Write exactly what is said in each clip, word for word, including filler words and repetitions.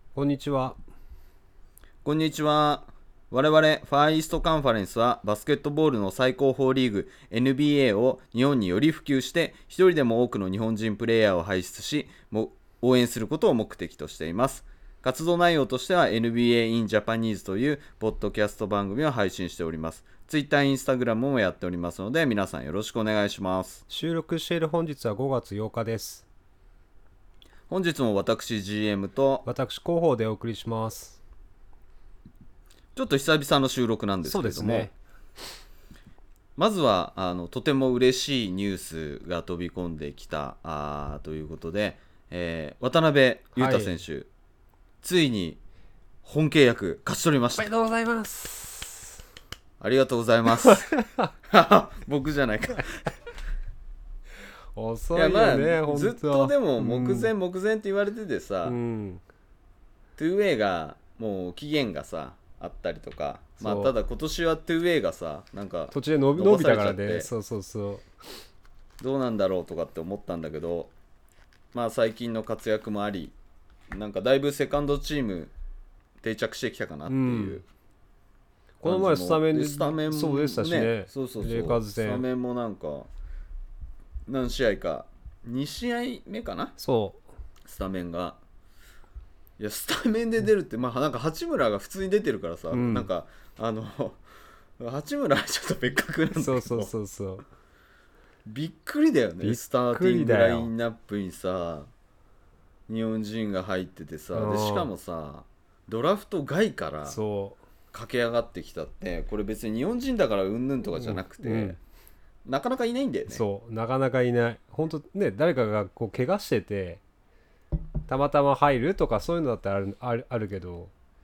こんにちは。 こんにちは。我々ファーイーストカンファレンスはバスケットボールの最高峰リーグ エヌビーエー を日本により普及して一人でも多くの日本人プレイヤーを輩出しも応援することを目的としています。活動内容としては エヌビーエー in Japanese というポッドキャスト番組を配信しております。Twitter、Instagram もやっておりますので皆さんよろしくお願いします。 収録している本日はごがつようかです。 本日も私 ジーエム と私広報でお送りします。 ちょっと久々の収録なんですけれども、 そうですね。 まずはあのとても嬉しいニュースが飛び込んできたあということで、えー渡辺裕太選手、ついに本契約勝ち取りましおめでた。 とうございます。 ありがとうございます僕じゃないか遅いいやまあよね、本当ずっとでも目前うん目前って言われててさ、 うん、 トゥーウェイがもう期限がさあったりとか、まあそうただ今年はトゥーウェイがさなんか途中で伸び伸ば伸びたからされちゃってね。そうそうそどうなんだろうとかって思ったんだけど、まあ最近の活躍もあり、なんかだいぶセカンドチーム定着してきたかなっていう、 うん、この前スタメンでスタメンもそうでしたしね。 そうそうそうレイカーズ戦スタメンもなんか何試合かに試合目かな、 そスタメンがいやスタメンで出るってまあなんか八村が普通に出てるからさ、 うんなんかあの八村はちょっと別格なんだけど、 そうそうそうそうびっくりだよね。 びっくりだよスターティングラインナップにさ日本人が入っててさ、 うんでしかもさドラフト外からそ駆け上がってきたって、これ別に日本人だからうんぬんとかじゃなくて、 うんうんなかなかいないんだよね。 そうなかなかいない。本当ね、誰かがこう怪我しててたまたま入るとかそういうのだったらある、ある、あるけど、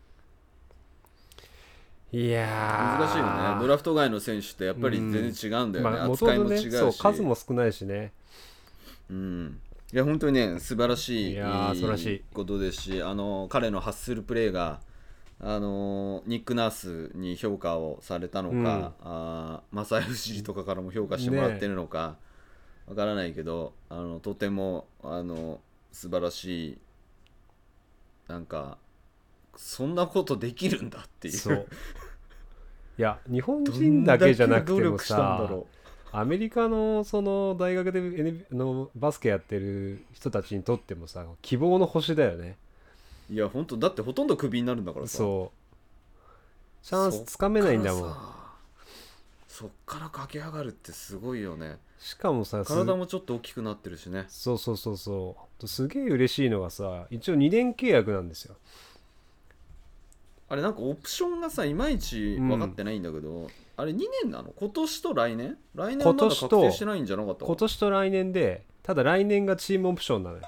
いやー難しいよね。ドラフト外の選手ってやっぱり全然違うんだよね、 まあ、元扱いも違うし、 々ね、そう数も少ないしね。 うんいや本当にね素晴らしいいやー素晴らしいことですし、あの彼の発するプレーがあのニック・ナースに評価をされたのか、 うん、 あマサイフシリとかからも評価してもらってるのかわからないけど、あのとてもあの素晴らしい、なんかそんなことできるんだっていう、 そういや日本ど人んだけだけじゃなく努ても力したんださ、 ろアメリカのその大学で エヌビー のバスケやってる人たちにとってもさ、希望の星だよね。 う。いや本当だってほとんどクビになるんだからさ、 そうチャンスつかめないんだもん。 そっから駆け上がるってすごいよね。 しかもさ、 体もちょっと大きくなってるしね。 そうそうそうそうすげえ嬉しいのがさ、一応にねん契約なんですよ。 あれなんかオプションがさいまいち分かってないんだけど、うん、あれにねんなの？今年と来年？来年はまだ確定してないんじゃなかったか？ 今年と来年で、ただ来年がチームオプションなのよ。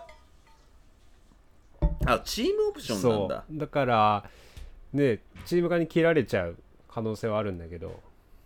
あ、チームオプションなんだ。 そうだからね、チーム側に切られちゃう可能性はあるんだけど、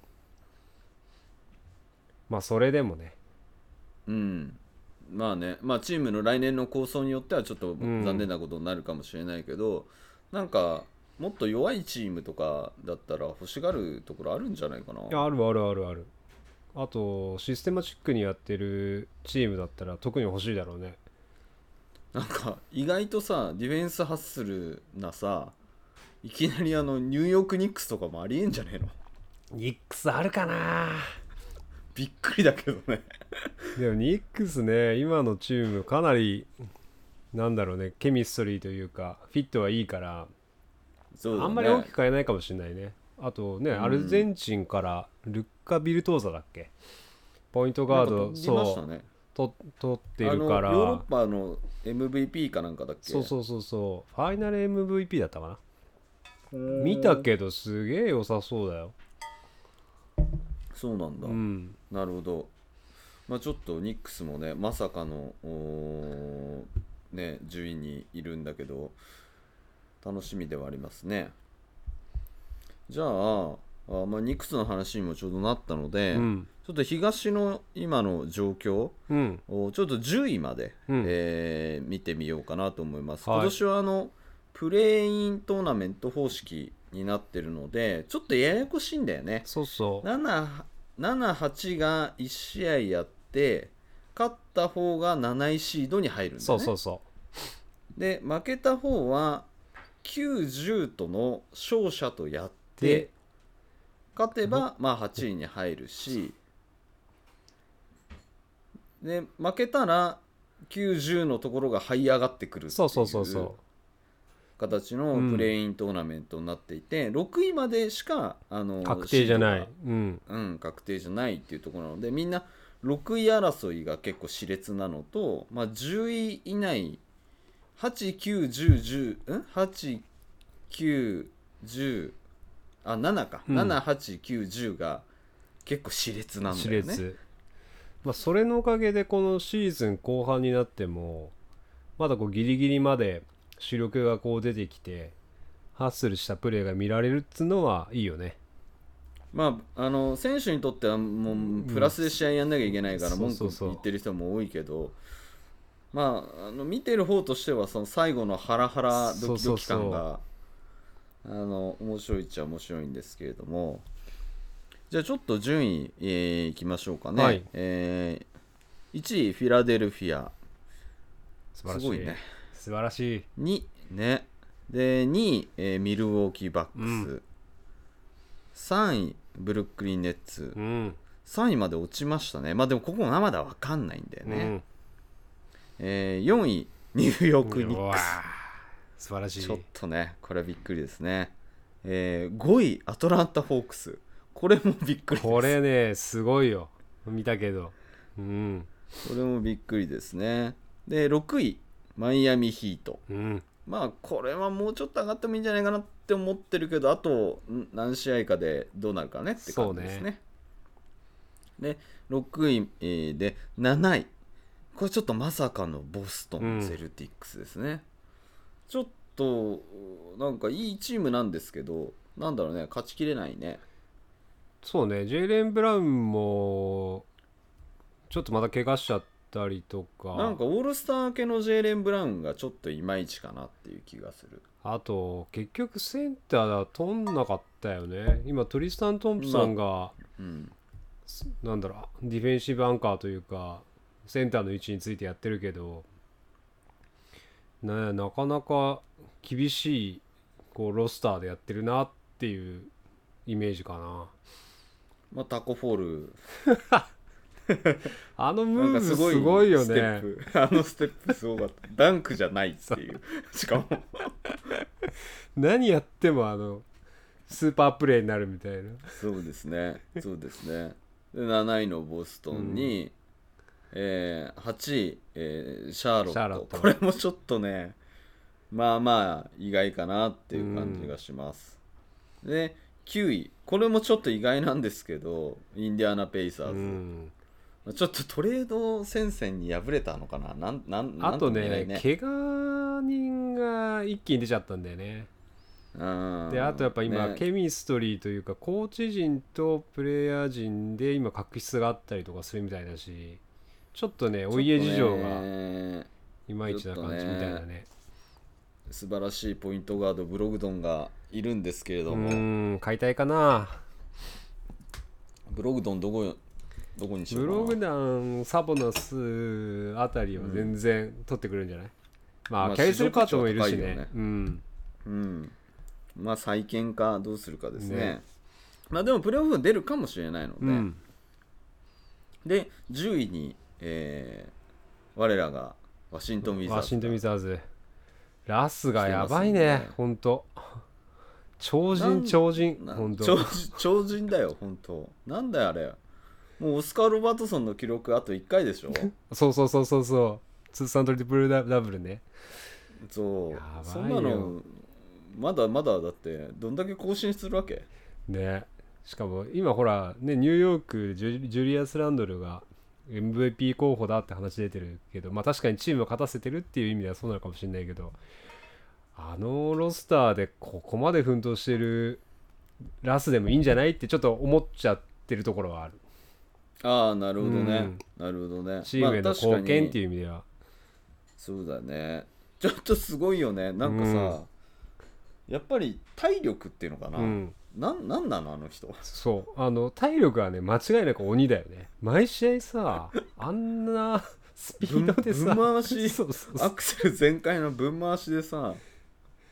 まあそれでもね、 うんまあね、まあチームの来年の構想によってはちょっと残念なことになるかもしれないけど、うん、なんかもっと弱いチームとかだったら欲しがるところあるんじゃないかな。いやあるあるあるある。あとシステマチックにやってるチームだったら特に欲しいだろうね。 なんか意外とさディフェンスハッスルなさ、いきなりあのニューヨークニックスとかもありえんじゃねえの？ ニックスあるかな。 びっくりだけどねでもニックスね、今のチームかなりなんだろうね、ケミストリーというかフィットはいいから、 そうだね、 あんまり大きく変えないかもしれないね。あとね、うん、アルゼンチンからルッカ・ビルトーザだっけ、ポイントガード、そう、ね、と取ってるから、 ヨーロッパの エムブイピー かなんかだっけ。 そうそうそうそう、ファイナル エムブイピー だったかな。見たけどすげえ良さそうだよ。 そうなんだ、うん、なるほど。まあちょっとニックスもねまさかのね順位にいるんだけど楽しみではありますね。じゃあ、あまあ、ニックスの話にもちょうどなったので、うん、ちょっと東の今の状況をちょっとじゅういまで、うんえー、見てみようかなと思います、はい、今年はあのプレーイントーナメント方式になってるのでちょっとややこしいんだよね。 そうそう、 なな、はちがいち試合やって勝った方がなないシードに入るんだね。 そうそうそう。 で負けた方はきゅう、じゅうとの勝者とやって勝てばまあはちいに入るし、で負けたらきゅう、じゅうのところが這い上がってくるってそうそうそういそう形のプレイントーナメントになっていて、うん、ろくいまでしかあの確定じゃない、 うんうん、確定じゃないっていうところなので、みんなろくい争いが結構熾烈なのと、まあ、じゅうい以内はち、きゅう、じゅう、じゅう、ん ?はち、きゅう、じゅう、あ、ななか、うん、なな、はち、きゅう、じゅうが結構熾烈なんだよね。熾烈、 まあ、それのおかげでこのシーズン後半になってもまだこうギリギリまで主力がこう出てきてハッスルしたプレーが見られるっつうのはいいよね。 まあ、あの選手にとってはもうプラスで試合やんなきゃいけないから文句言ってる人も多いけど、まあ、あの見てる方としてはその最後のハラハラドキドキ感があの面白いっちゃ面白いんですけれども、じゃあちょっと順位、えー、いきましょうかね、はい、えー、いちいフィラデルフィア、 素晴らしい、すごいね、素晴らしい。 にねでにい、えー、ミルウォーキーバックス、うん、さんいブルックリンネッツ、うん、さんいまで落ちましたね。まあでもここもまだ分かんないんだよね、うん、えー、よんいニューヨークニックス、素晴らしい。 ちょっとねこれはびっくりですね、えー、ごいアトランタホークス、これもびっくりです。 これねすごいよ、見たけど、うん、 これもびっくりですね。でろくいマイアミヒート、うん、まあこれはもうちょっと上がってもいいんじゃないかなって思ってるけど、あと何試合かでどうなるかねって感じですね。でろくいでなない、これちょっとまさかのボストンセルティックスですね、うん、ちょっとなんかいいチームなんですけど、なんだろうね、勝ちきれないね。 そうね、ジェイレン・ブラウンもちょっとまた怪我しちゃったりとか、 なんかオールスター明けのジェイレン・ブラウンがちょっといまいちかなっていう気がする。 あと結局センターは取んなかったよね。今トリスタン・トンプソンが、まあうん、なんだろう、ディフェンシブアンカーというかセンターの位置についてやってるけど、ね、なかなか厳しいこうロスターでやってるなっていうイメージかな。 まあ、タコフォールあのムーブすごい、すごいよね。 あのステップすごかった。ダンクじゃないっていうしかも何やってもあのスーパープレーになるみたいな。 そうですねそうですね。でなないのボストンに、うんえー、はちい、えー、シャーロット、ロットこれもちょっとねまあまあ意外かなっていう感じがします、うん、できゅうい、これもちょっと意外なんですけどインディアナペイサーズ、うんちょっとトレード戦線に敗れたのかな。なんなんあと ね, ね怪我人が一気に出ちゃったんだよね。であとやっぱ今、ね、ケミストリーというかコーチ陣とプレイヤー陣で今確執があったりとかするみたいだし、ちょっとねお家事情がいまいちな感じみたいな ね, ね素晴らしいポイントガードブログドンがいるんですけれども、うーん買いたいかな。 ブログドンどこどこにしようかな。 ブログダンサボナスあたりは全然取ってくるんじゃない、うん、まあ、まあ、キャリス・ルカートもいるしね、うん、 うん、まあ再建かどうするかですね。ねまあでもプレーオフ出るかもしれないので、うん、でじゅういに、えー、我らがワシントン・ウィザーズワシントン・ウィザーズラスがやばいねほんと超人超人ほんと超人だよほんと。なんだよあれ、もうオスカー・ロバートソンの記録あといっかいでしょそうそうそうそうそうツーサントリプルダブルね。 そうそんなのまだまだだってどんだけ更新するわけね。しかも今ほらねニューヨークジュ、ジュリアス・ランドルが エムブイピー 候補だって話出てるけど、まあ確かにチームを勝たせてるっていう意味ではそうなのかもしれないけど、あのロスターでここまで奮闘してるラスでもいいんじゃないってちょっと思っちゃってるところはある。 ああなるほどね、うん、なるほどね。 チームへの貢献っていう意味では、まあ、 そうだね。ちょっとすごいよね。なんかさ、うん、やっぱり体力っていうのかな、うん、な, なんなのあの人。 そうあの体力はね間違いなく鬼だよね。毎試合さあんなスピードでさ分回しそうそうそうアクセル全開の分回しでさ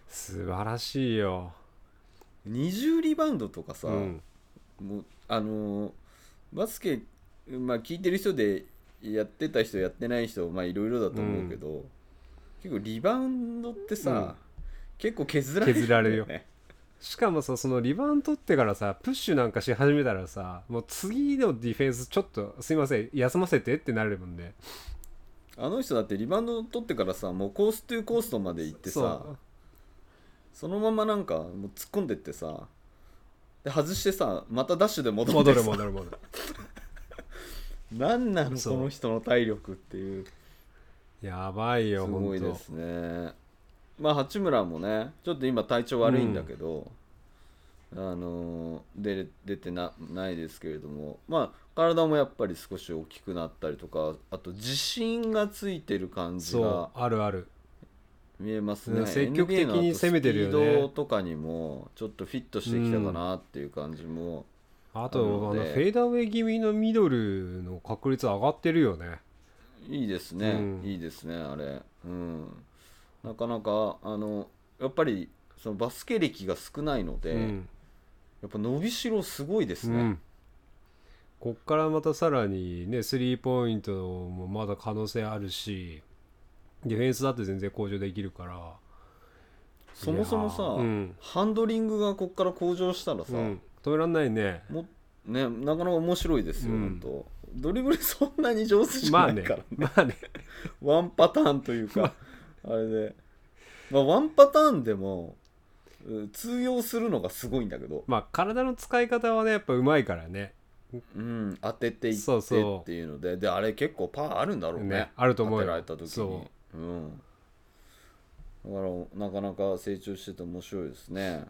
素晴らしいよ。 にじゅうリバウンドとかさ、 うん、 もうあのーバスケ、まあ聞いてる人でやってた人やってない人まあいろいろだと思うけど、うん、結構リバウンドってさ、うん、結構削られる、ね、 削られるよ。しかもさ、そのリバウンド取ってからさプッシュなんかし始めたらさ、もう次のディフェンスちょっとすいません休ませてってなるもんね。 あの人だってリバウンド取ってからさ、もうコーストゥーコーストまで行ってさ、 そ, そのままなんかもう突っ込んでってさ、で外してさまたダッシュで戻ってさ、 戻る戻る戻るなんなのこの人の体力っていう。 やばいよ、 すごいですね。まあ八村もねちょっと今体調悪いんだけど、うん、あの出出て な, ないですけれども、まあ体もやっぱり少し大きくなったりとか、あと自信がついてる感じがあるある見えますね。 積極的に攻めてるよね。 スピードとかにもちょっとフィットしてきたかなっていう感じもあるので、うん、 あとあのフェーダーウェイ気味のミドルの確率上がってるよね。 いいですね、うん、いいですねあれ、うん、なかなかあのやっぱりそのバスケ歴が少ないので、うん、やっぱ伸びしろすごいですね、うん、 こっからまたさらにねスリーポイントもまだ可能性あるし、ディフェンスだって全然向上できるから、 そもそもさ、うん、ハンドリングがこっから向上したらさ、うん、 止めらんないね。 もね、なかなか面白いですよ、うん、本当ドリブルそんなに上手じゃないからね、 まあね、まあねワンパターンというかあれで、まあ、ワンパターンでも通用するのがすごいんだけど、 まあ体の使い方はねやっぱうまいからね、 うん、当てていってっていうので、そうそうであれ結構パワーあるんだろう ね, ねあると思うよ、 当てられた時に。そう、うん、だからなかなか成長してて面白いですね。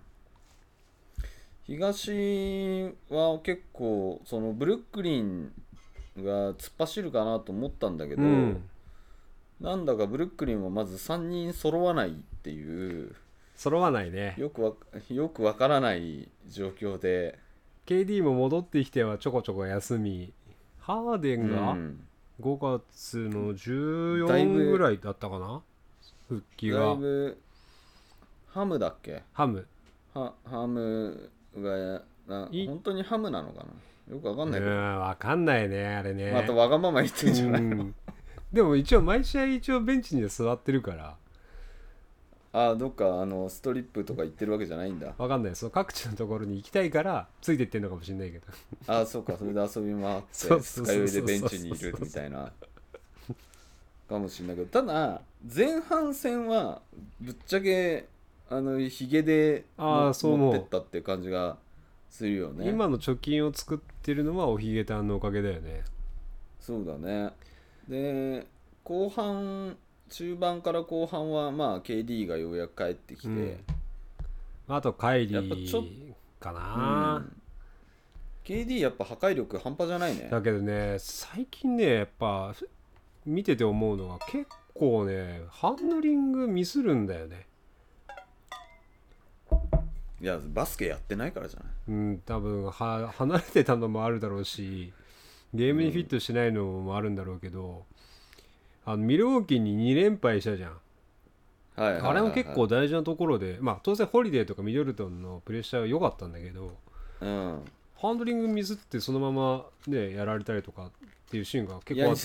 東は結構そのブルックリンが突っ走るかなと思ったんだけど、うん、なんだかブルックリンはまずさんにん揃わないっていう、 揃わないね、 よくわよくわからない状況で、 ケーディー も戻ってきてはちょこちょこ休み、ハーデンがごがつのじゅうよんぐらいだったかな、復帰が。 だいぶハムだっけ、 ハムはハムがな本当にハムなのかな、よくわかんないけど、うん、 わかんないねあれね。 またわがまま言ってんじゃないの、うん、 でも一応毎試合一応ベンチには座ってるから。 ああ、どっかあのストリップとか行ってるわけじゃないんだ。 わかんない、その各地のところに行きたいからついてってんのかもしれないけどああ、そうか、それで遊び回って二日酔いでベンチにいるみたいなかもしれないけど、ただ前半戦はぶっちゃけあのヒゲで持ってったって感じがするよね。 今の貯金を作ってるのはおひげたんのおかげだよね。 そうだね。で後半中盤から後半はまあ ケーディー がようやく帰ってきて、うん、 あとカイリーかな、うん、 ケーディー やっぱ破壊力半端じゃないね。 だけどね最近ねやっぱ見てて思うのが結構ねハンドリングミスるんだよね。 いやバスケやってないからじゃない。 うん多分は離れてたのもあるだろうしゲームにフィットしないのもあるんだろうけど、うん、あのミルウォーキーにに連敗したじゃん、はいはいはいはい、あれも結構大事なところで、まあ当然ホリデーとかミドルトンのプレッシャーが良かったんだけど、うん、ハンドリングミスってそのままねやられたりとかっていうシーンが結構あって、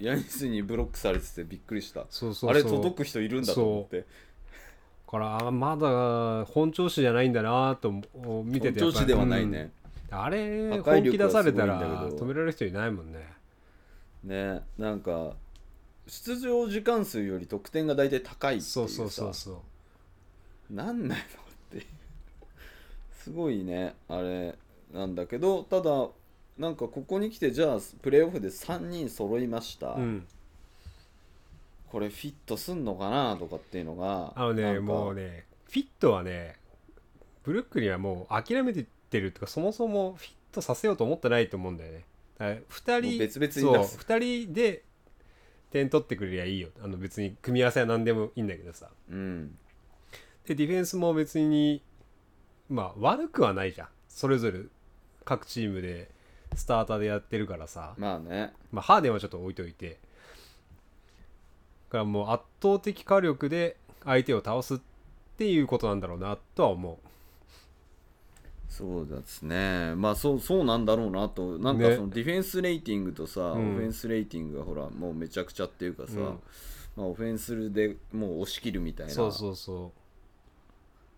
ヤニスにブロックされててびっくりした。そうそうそう、あれ届く人いるんだと思って。 からまだ本調子じゃないんだなと見てて、 本調子ではないね、 うん、あれ本気出されたら止められる人いないもんね。 ね、なんか出場時間数より得点が大体高いっていうさ、 そうそうそうそうなんないのってすごいねあれなんだけど、ただなんかここに来てじゃあプレーオフでさんにん揃いました、うん、これフィットすんのかなとかっていうのが、 あのねもうねフィットはねブルックリンはもう諦めてってるとかそもそもフィットさせようと思ってないと思うんだよね。だからふたり別々に出す、 そうふたりで点取ってくれりゃいいよ、あの別に組み合わせは何でもいいんだけどさ、うん、でディフェンスも別にまあ悪くはないじゃん、それぞれ各チームでスターターでやってるからさ、 まあね、 まあハーデンはちょっと置いといて、だからもう圧倒的火力で相手を倒すっっていうことなんだろうなとは思う。 そうですね。まあそうそうなんだろうなと。なんかそのディフェンスレーティングとさ、ね、オフェンスレーティングがほらもうめちゃくちゃっていうかさ、うん、まあ、オフェンスでもう押し切るみたいな。 そうそうそう。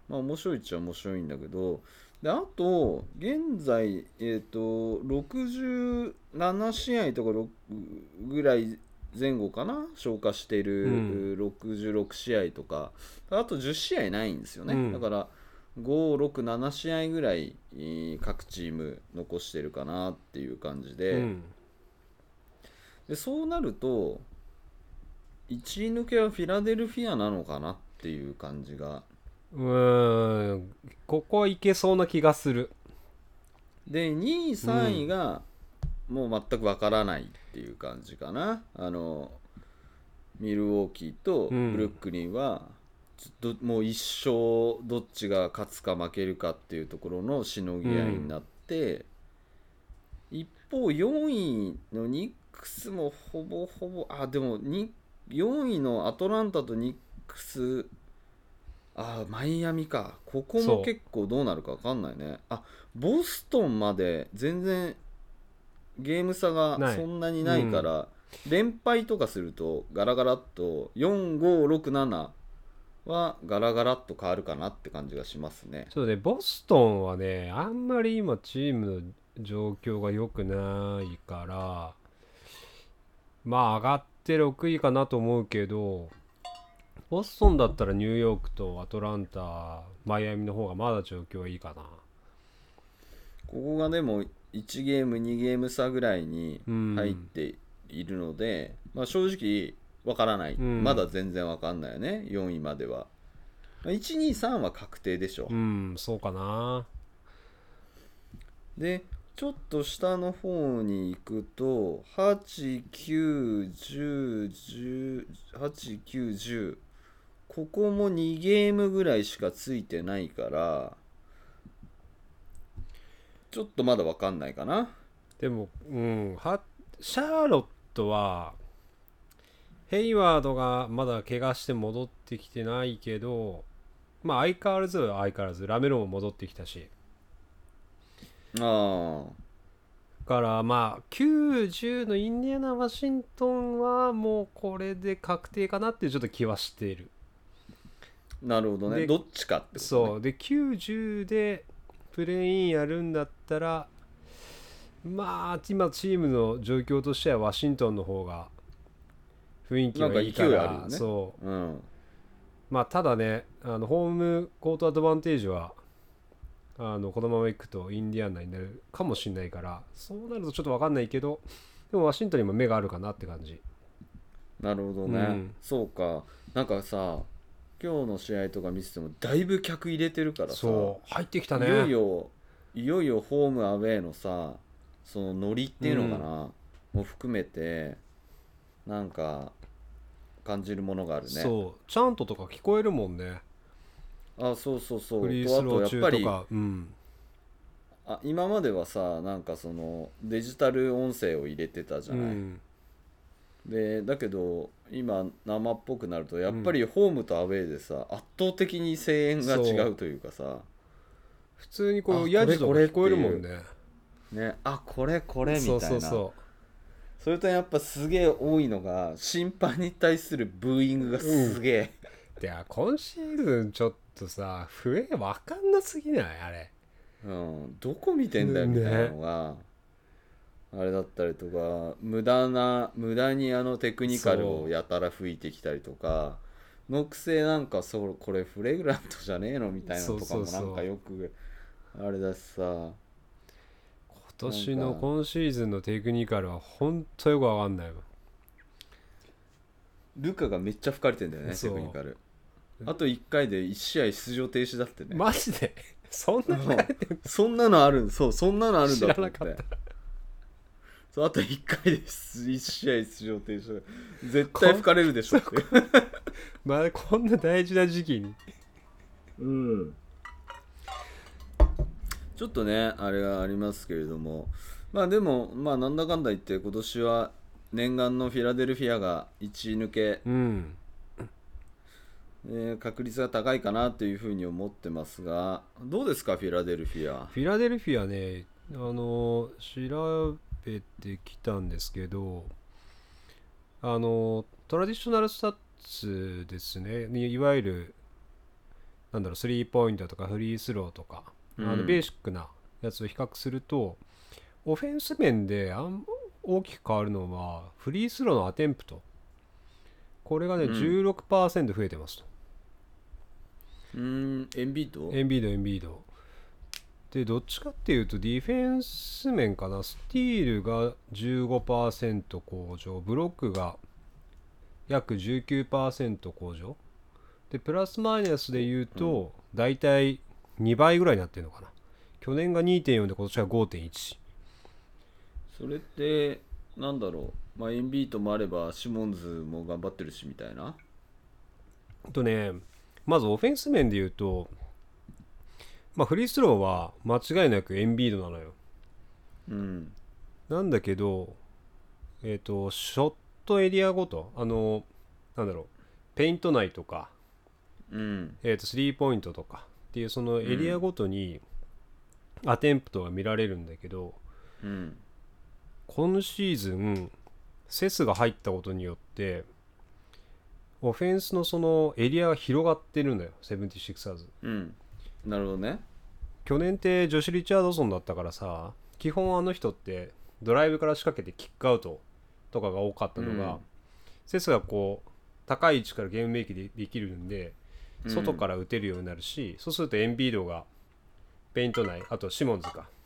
まあ面白いっちゃ面白いんだけど、であと現在えっ、ー、とろくじゅうなな試合とかぐらい前後かな消化しているろくじゅうろく試合とか、うん、あとじゅう試合ないんですよね、うん、だからご、ろく、なな試合ぐらい各チーム残してるかなっていう感じで、うん、でそうなるといちい抜けはフィラデルフィアなのかなっていう感じが、 うーんここはいけそうな気がする。 でにいさんいがもう全くわからないっていう感じかな、うん、あのミルウォーキーとブルックリンは、うん、もう一生どっちが勝つか負けるかっていうところのしのぎ合いになって、うん、一方よんいのニックスもほぼほぼあでもよんいのアトランタとニックスあマイアミか、ここも結構どうなるか分かんないね。あボストンまで全然ゲーム差がそんなにないから、うん、連敗とかするとガラガラっとよん、ご、ろく、ななはガラガラっと変わるかなって感じがしますね。 そうね、ボストンはねあんまり今チームの状況が良くないから、まあ上がってろくいかなと思うけど、ボストンだったらニューヨークとアトランタ、マイアミの方がまだ状況はいいかな。 ここがでもいちゲームにゲーム差ぐらいに入っているので、うん、まあ、正直わからない、うん、まだ全然わかんないよね。よんいまでは、まあ、いち、に、さんは確定でしょ。 うんそうかな。 でちょっと下の方に行くとはち、きゅう、じゅう、じゅう、はち、きゅう、じゅうここもにゲームぐらいしかついてないからちょっとまだ分かんないかな。 でも、うん、はシャーロットはヘイワードがまだ怪我して戻ってきてないけど、まあ相変わらずは相変わらずラメロも戻ってきたし、 あだからまあきゅうじゅうのインディアナ・ワシントンはもうこれで確定かなっていうちょっと気はしている。 なるほどね、どっちかってこと、ね、 そうできゅうじゅうでプレインやるんだったら、まあ今チームの状況としてはワシントンの方が雰囲気がいいから、 なんか勢いあるよね。 そう、 うん、 まあただね、あのホームコートアドバンテージはあのこのままいくとインディアンナになるかもしれないから、そうなるとちょっと分かんないけど、でもワシントンにも目があるかなって感じ。 なるほどね、うん、そうか。なんかさ今日の試合とか見ててもだいぶ客入れてるからさ、 そう入ってきたね。 いよいよいよいよホームアウェーのさそのノリっていうのかな、うん、も含めてなんか感じるものがあるね。 そうチャントとか聞こえるもんね。 あそうそうそう。 フリースロー中とか、 あとやっぱり、 うん、 あ今まではさなんかそのデジタル音声を入れてたじゃない、うん、でだけど今生っぽくなるとやっぱりホームとアウェーでさ、うん、圧倒的に声援が違うというかさ、 普通にこうヤジとか聞こえるもんね。 ね、あこれこれみたいな。 そうそうそう。 それとやっぱすげえ多いのが審判に対するブーイングがすげえ、 うん、いや今シーズンちょっとさ笛分かんなすぎないあれ、 うん、どこ見てんだよみたいなのが、ね、あれだったりとか無駄な無駄にあのテクニカルをやたら吹いてきたりとかのくせなんかそうこれフレグラントじゃねえのみたいなのとかもなんかよくあれだしさ、 今年の今シーズンのテクニカルは本当よくわかんないわ。 ルカがめっちゃ吹かれてんだよねテクニカル。あといっかいでいち試合出場停止だってね。 マジでそんなのそんなのあるそうそんなのあるんだと思って。 知らなかった。 そうあといっかいでいち試合出場停止絶対吹かれるでしょってまあこんな大事な時期にうんちょっとねあれがありますけれども、まあでもまあなんだかんだ言って今年は念願のフィラデルフィアがいちい抜け、 うん、 えー、確率が高いかなというふうに思ってますが、どうですかフィラデルフィア。 フィラデルフィアね、あの調べてきたんですけど、あのトラディショナルスタッツですね、いわゆるなんだろうスリーポイントとかフリースローとか、うん、あのベーシックなやつを比較すると、オフェンス面であん大きく変わるのはフリースローのアテンプト、これがね、うん、じゅうろくパーセント 増えてますと。 うーん、エンビードエンビードエンビードで、どっちかっていうとディフェンス面かな。スティールが じゅうごパーセント 向上、ブロックが約 じゅうきゅうパーセント 向上で、プラスマイナスで言うと、うん、だいたいにばいぐらいになってるのかな。去年が にてんよん で今年は ごてんいち。 それってなんだろう、まあエンビートもあればシモンズも頑張ってるしみたいな。 とね、まずオフェンス面で言うと、まあフリースローは間違いなくエンビードなのよ。 うん。 なんだけど、えっと、ショットエリアごと、あの、なんだろう、ペイント内とか、 うん、 えっと、スリーポイントとかっていうそのエリアごとにアテンプトが見られるんだけど、 うん、 今シーズン、セスが入ったことによって、オフェンスのそのエリアが広がってるんだよ、セブンティシクサーズ。 うん。なるほどね。 去年ってジョシュ・リチャードソンだったからさ、基本あの人ってドライブから仕掛けてキックアウトとかが多かったのが、うん、セスがこう高い位置からゲームメイクでできるんで、外から打てるようになるし、うん、そうするとエンビードがペイント内、あとシモンズか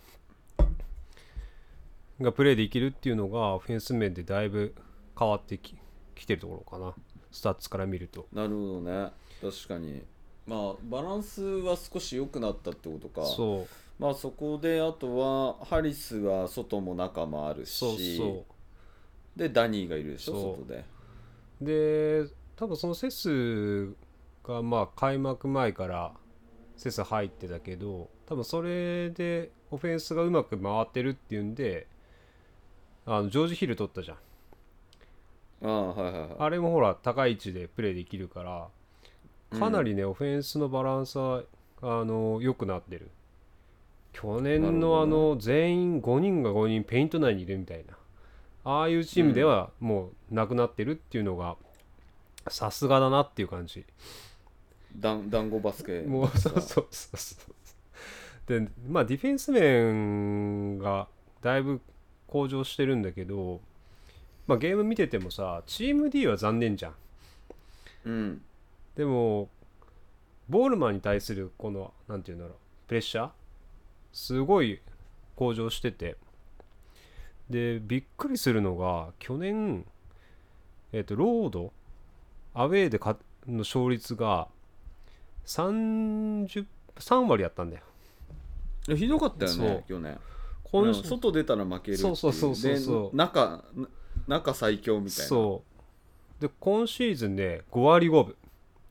がプレーできるっていうのがオフェンス面でだいぶ変わってき、きてるところかな、スタッツから見ると。 なるほどね、確かに。まあバランスは少し良くなったってことか。 そう、 まあそこであとはハリスは外も中もあるし、 そうそうでダニーがいるでしょ、外で。 で多分そのセスがまあ開幕前からセス入ってたけど、多分それでオフェンスがうまく回ってるっていうんで、あのジョージ・ヒル取ったじゃん。 ああ、はいはいはい。 あれもほら高い位置でプレーできるから、かなりね、うん、オフェンスのバランスはあの良くなってる。去年のあの全員ごにんがごにんペイント内にいるみたいな、ああいうチームではもうなくなってるっていうのがさすがだなっていう感じ。 だん団子バスケもうそうそうそうそうで、まあディフェンス面がだいぶ向上してるんだけど、まあゲーム見ててもさ、チーム D は残念じゃん。 うん。 でもボールマンに対するこのなんていうんだろう、プレッシャーすごい向上してて、でびっくりするのが去年、えっとロードアウェーでかの勝率がさんじゅう さん割やったんだよ。 いやひどかったよね去年。今外出たら負けるっていう。 そうそうそうそう、 で中中最強みたいな。 そうで今シーズンねご割ごぶ、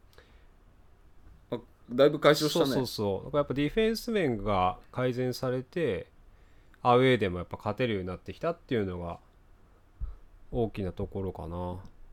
あだいぶ解消したね。 そうそうそう、やっぱディフェンス面が改善されてアウェーでもやっぱ勝てるようになってきたっていうのが大きなところかな。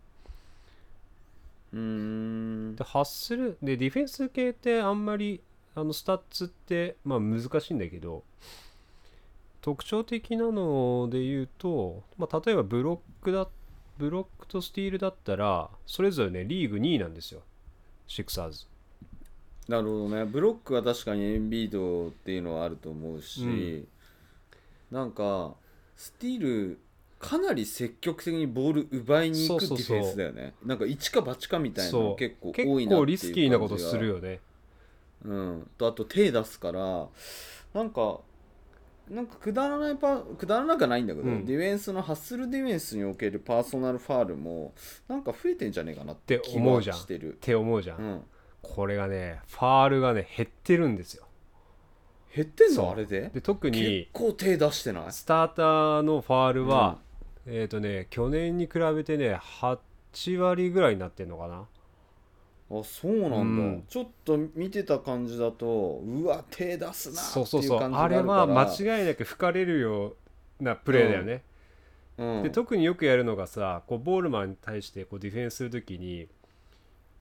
うーんでハッスルでディフェンス系ってあんまりあのスタッツってまあ難しいんだけど、特徴的なので言うと、まあ、例えばブロックだブロックとスティールだったらそれぞれねリーグにいなんですよ、シクサーズ。 なるほどね。ブロックは確かにエンビードっていうのはあると思うし、うん、なんかスティールかなり積極的にボール奪いに行くディフェンスだよね。そうそうそう、なんか一か八かみたいなの結構多いなっていう感じが。 結構リスキーなことするよね。 うん、とあと手出すからなんかなんかくだらないパくだらなくはないんだけど、うん、ディフェンスのハッスルディフェンスにおけるパーソナルファールもなんか増えてんじゃねえかなって気はしてるって思うじゃん、うん、これがねファールがね減ってるんですよ。 減ってんのあれで。 で特に結構手出してない。 スターターのファールは、うん、えっ、ー、とね去年に比べてねはち割ぐらいになってんのかな。 あ、そうなんだ、うん、ちょっと見てた感じだとうわ手出すなっていう感じがあるから。そうそうそう、 あれは間違いなく吹かれるようなプレーだよね、うんうん、で特によくやるのがさ、こうボールマンに対してこうディフェンスするときに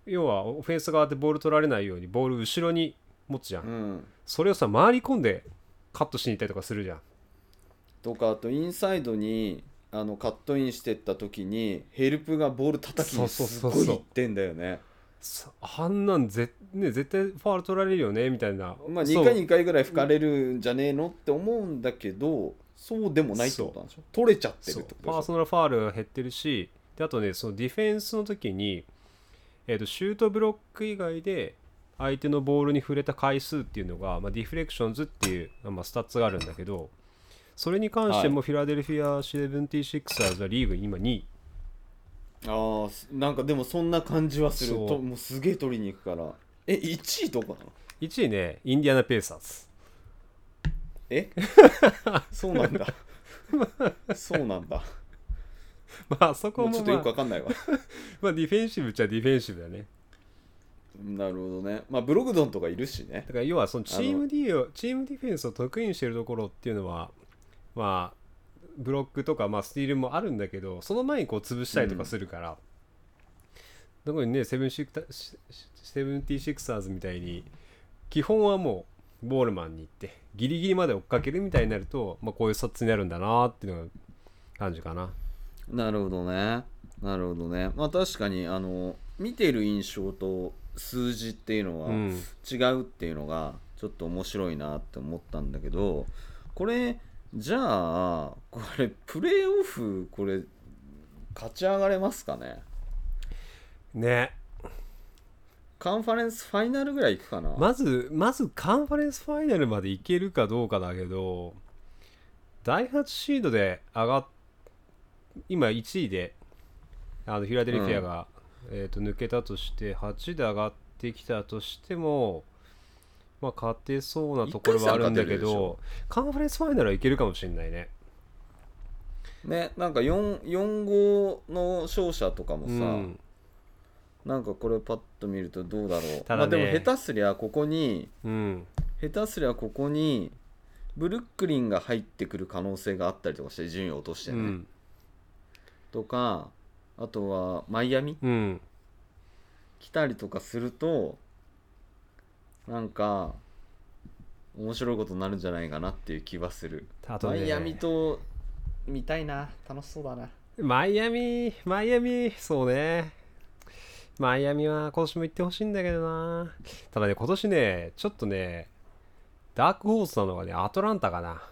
要はオフェンス側でボール取られないようにボール後ろに持つじゃん、 うん、 それをさ回り込んでカットしに行ったりとかするじゃん。 とかあとインサイドにあのカットインしてった時にヘルプがボール叩きにすごい行ってんだよね。 あんなんぜ、ね、絶対ファウル取られるよねみたいな、 まあにかいにかいぐらい吹かれるんじゃねえのって思うんだけど、そうでもないってことなんでしょ。取れちゃってるってことでしょ。 パーソナルファウルが減ってるし、であとねそのディフェンスの時に、えー、とシュートブロック以外で相手のボールに触れた回数っていうのが、まあ、ディフレクションズっていう、まあ、スタッツがあるんだけど、それに関してもフィラデルフィア・セブンティシックサーズはリーグ今にい。 ああ、なんかでもそんな感じはすると、もうすげえ取りに行くから。え、いちいどこなの？ いちいね、インディアナ・ペイサーズ。 えそうなんだそうなんだ。 まあそこも、まあ、 もうちょっとよくわかんないわまあディフェンシブっちゃディフェンシブだね。 なるほどね。まあブログドンとかいるしね。 だから要はそのチーム D をチームディフェンスを得意にしてるところっていうのは、まあブロックとか、まあ、スティールもあるんだけど、その前にこう潰したりとかするから、うん、どこにねセブンティシックサーズみたいに基本はもうボールマンに行ってギリギリまで追っかけるみたいになると、まあ、こういうサッツになるんだなっていうのが感じかな。 なるほどね。なるほどね。まあ確かにあの見てる印象と数字っていうのは違うっていうのがちょっと面白いなって思ったんだけど、これじゃあこれプレーオフこれ勝ち上がれますかね。 ね。 カンファレンスファイナルぐらい行くかな。 まずまずカンファレンスファイナルまで行けるかどうかだけど、だいはちシードで上がっ今いちいであのフィラデルフィアが、うんえー、と抜けたとしてはちで上がってきたとしても、まあ、勝てそうなところはあるんだけど、カンファレンスファイナルはいけるかもしれないね。 ね、なんか 4, 4号の勝者とかもさ、うん、なんかこれパッと見るとどうだろう。ただ、ね、まあ、でも下手すりゃここに、うん、下手すりゃここにブルックリンが入ってくる可能性があったりとかして順位を落としてね、うん、とかあとはマイアミ、うん、来たりとかするとなんか面白いことになるんじゃないかなっていう気はする。ね、マイアミと見たいな。楽しそうだな。 マイアミマイアミそうね。マイアミは今年も行ってほしいんだけどな。ただね今年ねちょっとねダークホースなのがねアトランタかな。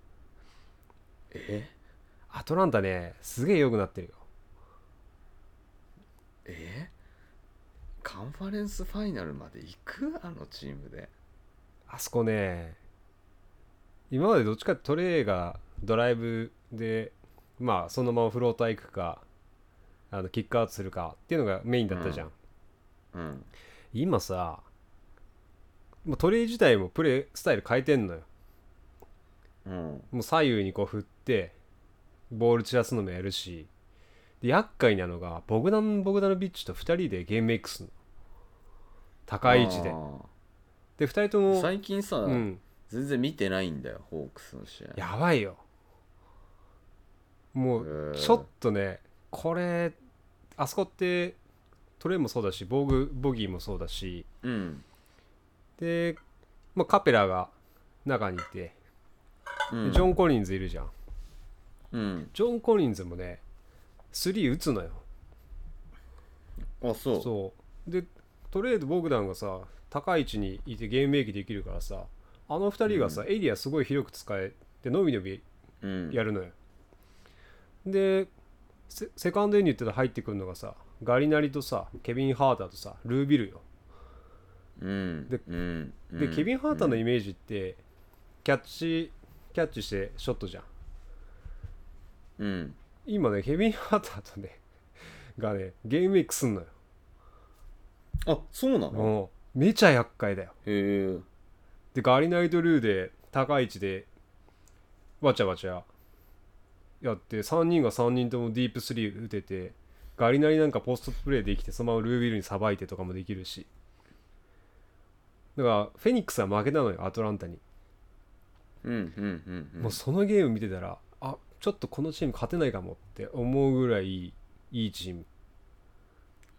えアトランタねすげえ良くなってるよ。 えカンファレンスファイナルまで行く？あのチームであそこね今までどっちかってトレーがドライブでまあそのままフローター行くかあのキックアウトするかっていうのがメインだったじゃん、 うんうん、 今さもうトレー自体もプレースタイル変えてんのよ、うん、もう左右にこう振ってボール散らすのもやるし、で厄介なのがボグダン・ボグダノビッチとふたりでゲームメイクするの高い位置で。でふたりとも最近さ、うん、全然見てないんだよホークスの試合。 やばいよもうちょっとねこれあそこってトレーもそうだしボグボギーもそうだし、うん、で、まあ、カペラが中にいて、うん、ジョン・コリンズいるじゃん、うん、ジョン・コリンズもねスリー打つのよ。 あそうそうでトレードボグダンがさ高い位置にいてゲームメイクできるからさあのふたりがさ、うん、エリアすごい広く使えてのびのびやるのよ、うん、で セ, セカンドユニットで入ってくるのがさガリナリとさケビン・ハーターとさルービルよ、うん、で, うん、でケビン・ハーターのイメージってキャッチキャッチしてショットじゃん、うん、今ねケビン・ハーターとねがねゲームメイクすんのよ。 あそうなの？ めちゃ厄介だよ。 へえ。 でガリナイトルーで高い位置でわちゃわちゃやってさんにんがさんにんともディープスリー打ててガリナリなんかポストプレーできてそのままルービルにさばいてとかもできるし、だからフェニックスは負けたのよアトランタに。 うんうんうんうん、 もうそのゲーム見てたらあちょっとこのチーム勝てないかもって思うぐらいいいチーム。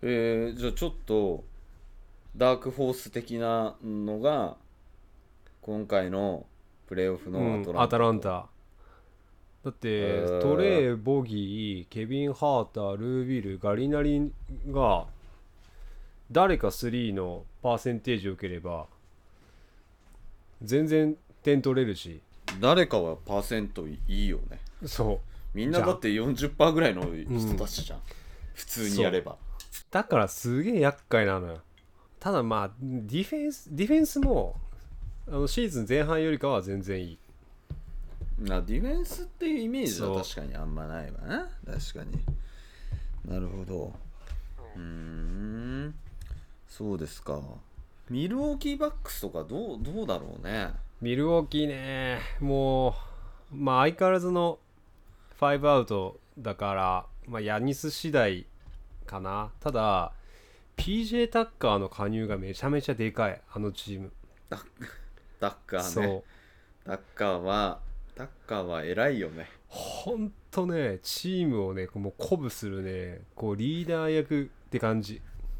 えー、じゃあちょっとダークホース的なのが今回のプレーオフのアトランタと、 うん、アタランタだっえてトー、 レー、ボギー、ケビン・ハーター、ルービル、ガリナリが誰かスリーのパーセンテージを受ければ全然点取れるし。 誰かはパーセントいいよね。 そうみんなだって よんじゅっパーセント ぐらいの人たちじゃん、うん、普通にやれば。 だからすげえ厄介なのよ。ただまあディフェンスディフェンスもあのシーズン前半よりかは全然いい。 なディフェンスっていうイメージは確かにあんまないわな。確かに。なるほど。うーん、そうですか。ミルウォーキーバックスとかどうどうだろうね。 ミルウォーキーね、もうまあ相変わらずのファイブアウトだから、まあ、ヤニス次第かな。ただ ピージェー タッカーの加入がめちゃめちゃでかい、あのチーム。 タッカーね。 そうタッカーはタッカーは偉いよね。 ほんとね、チームをねもう鼓舞するね、こうリーダー役って感じ。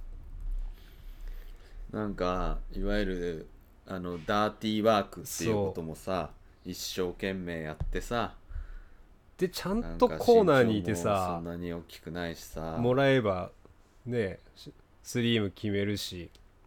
なんかいわゆるあのダーティーワークっていうこともさ一生懸命やってさ、 でちゃんとコーナーにいてさ、 そんなに大きくないしさ、 もらえばねスリーム決めるし。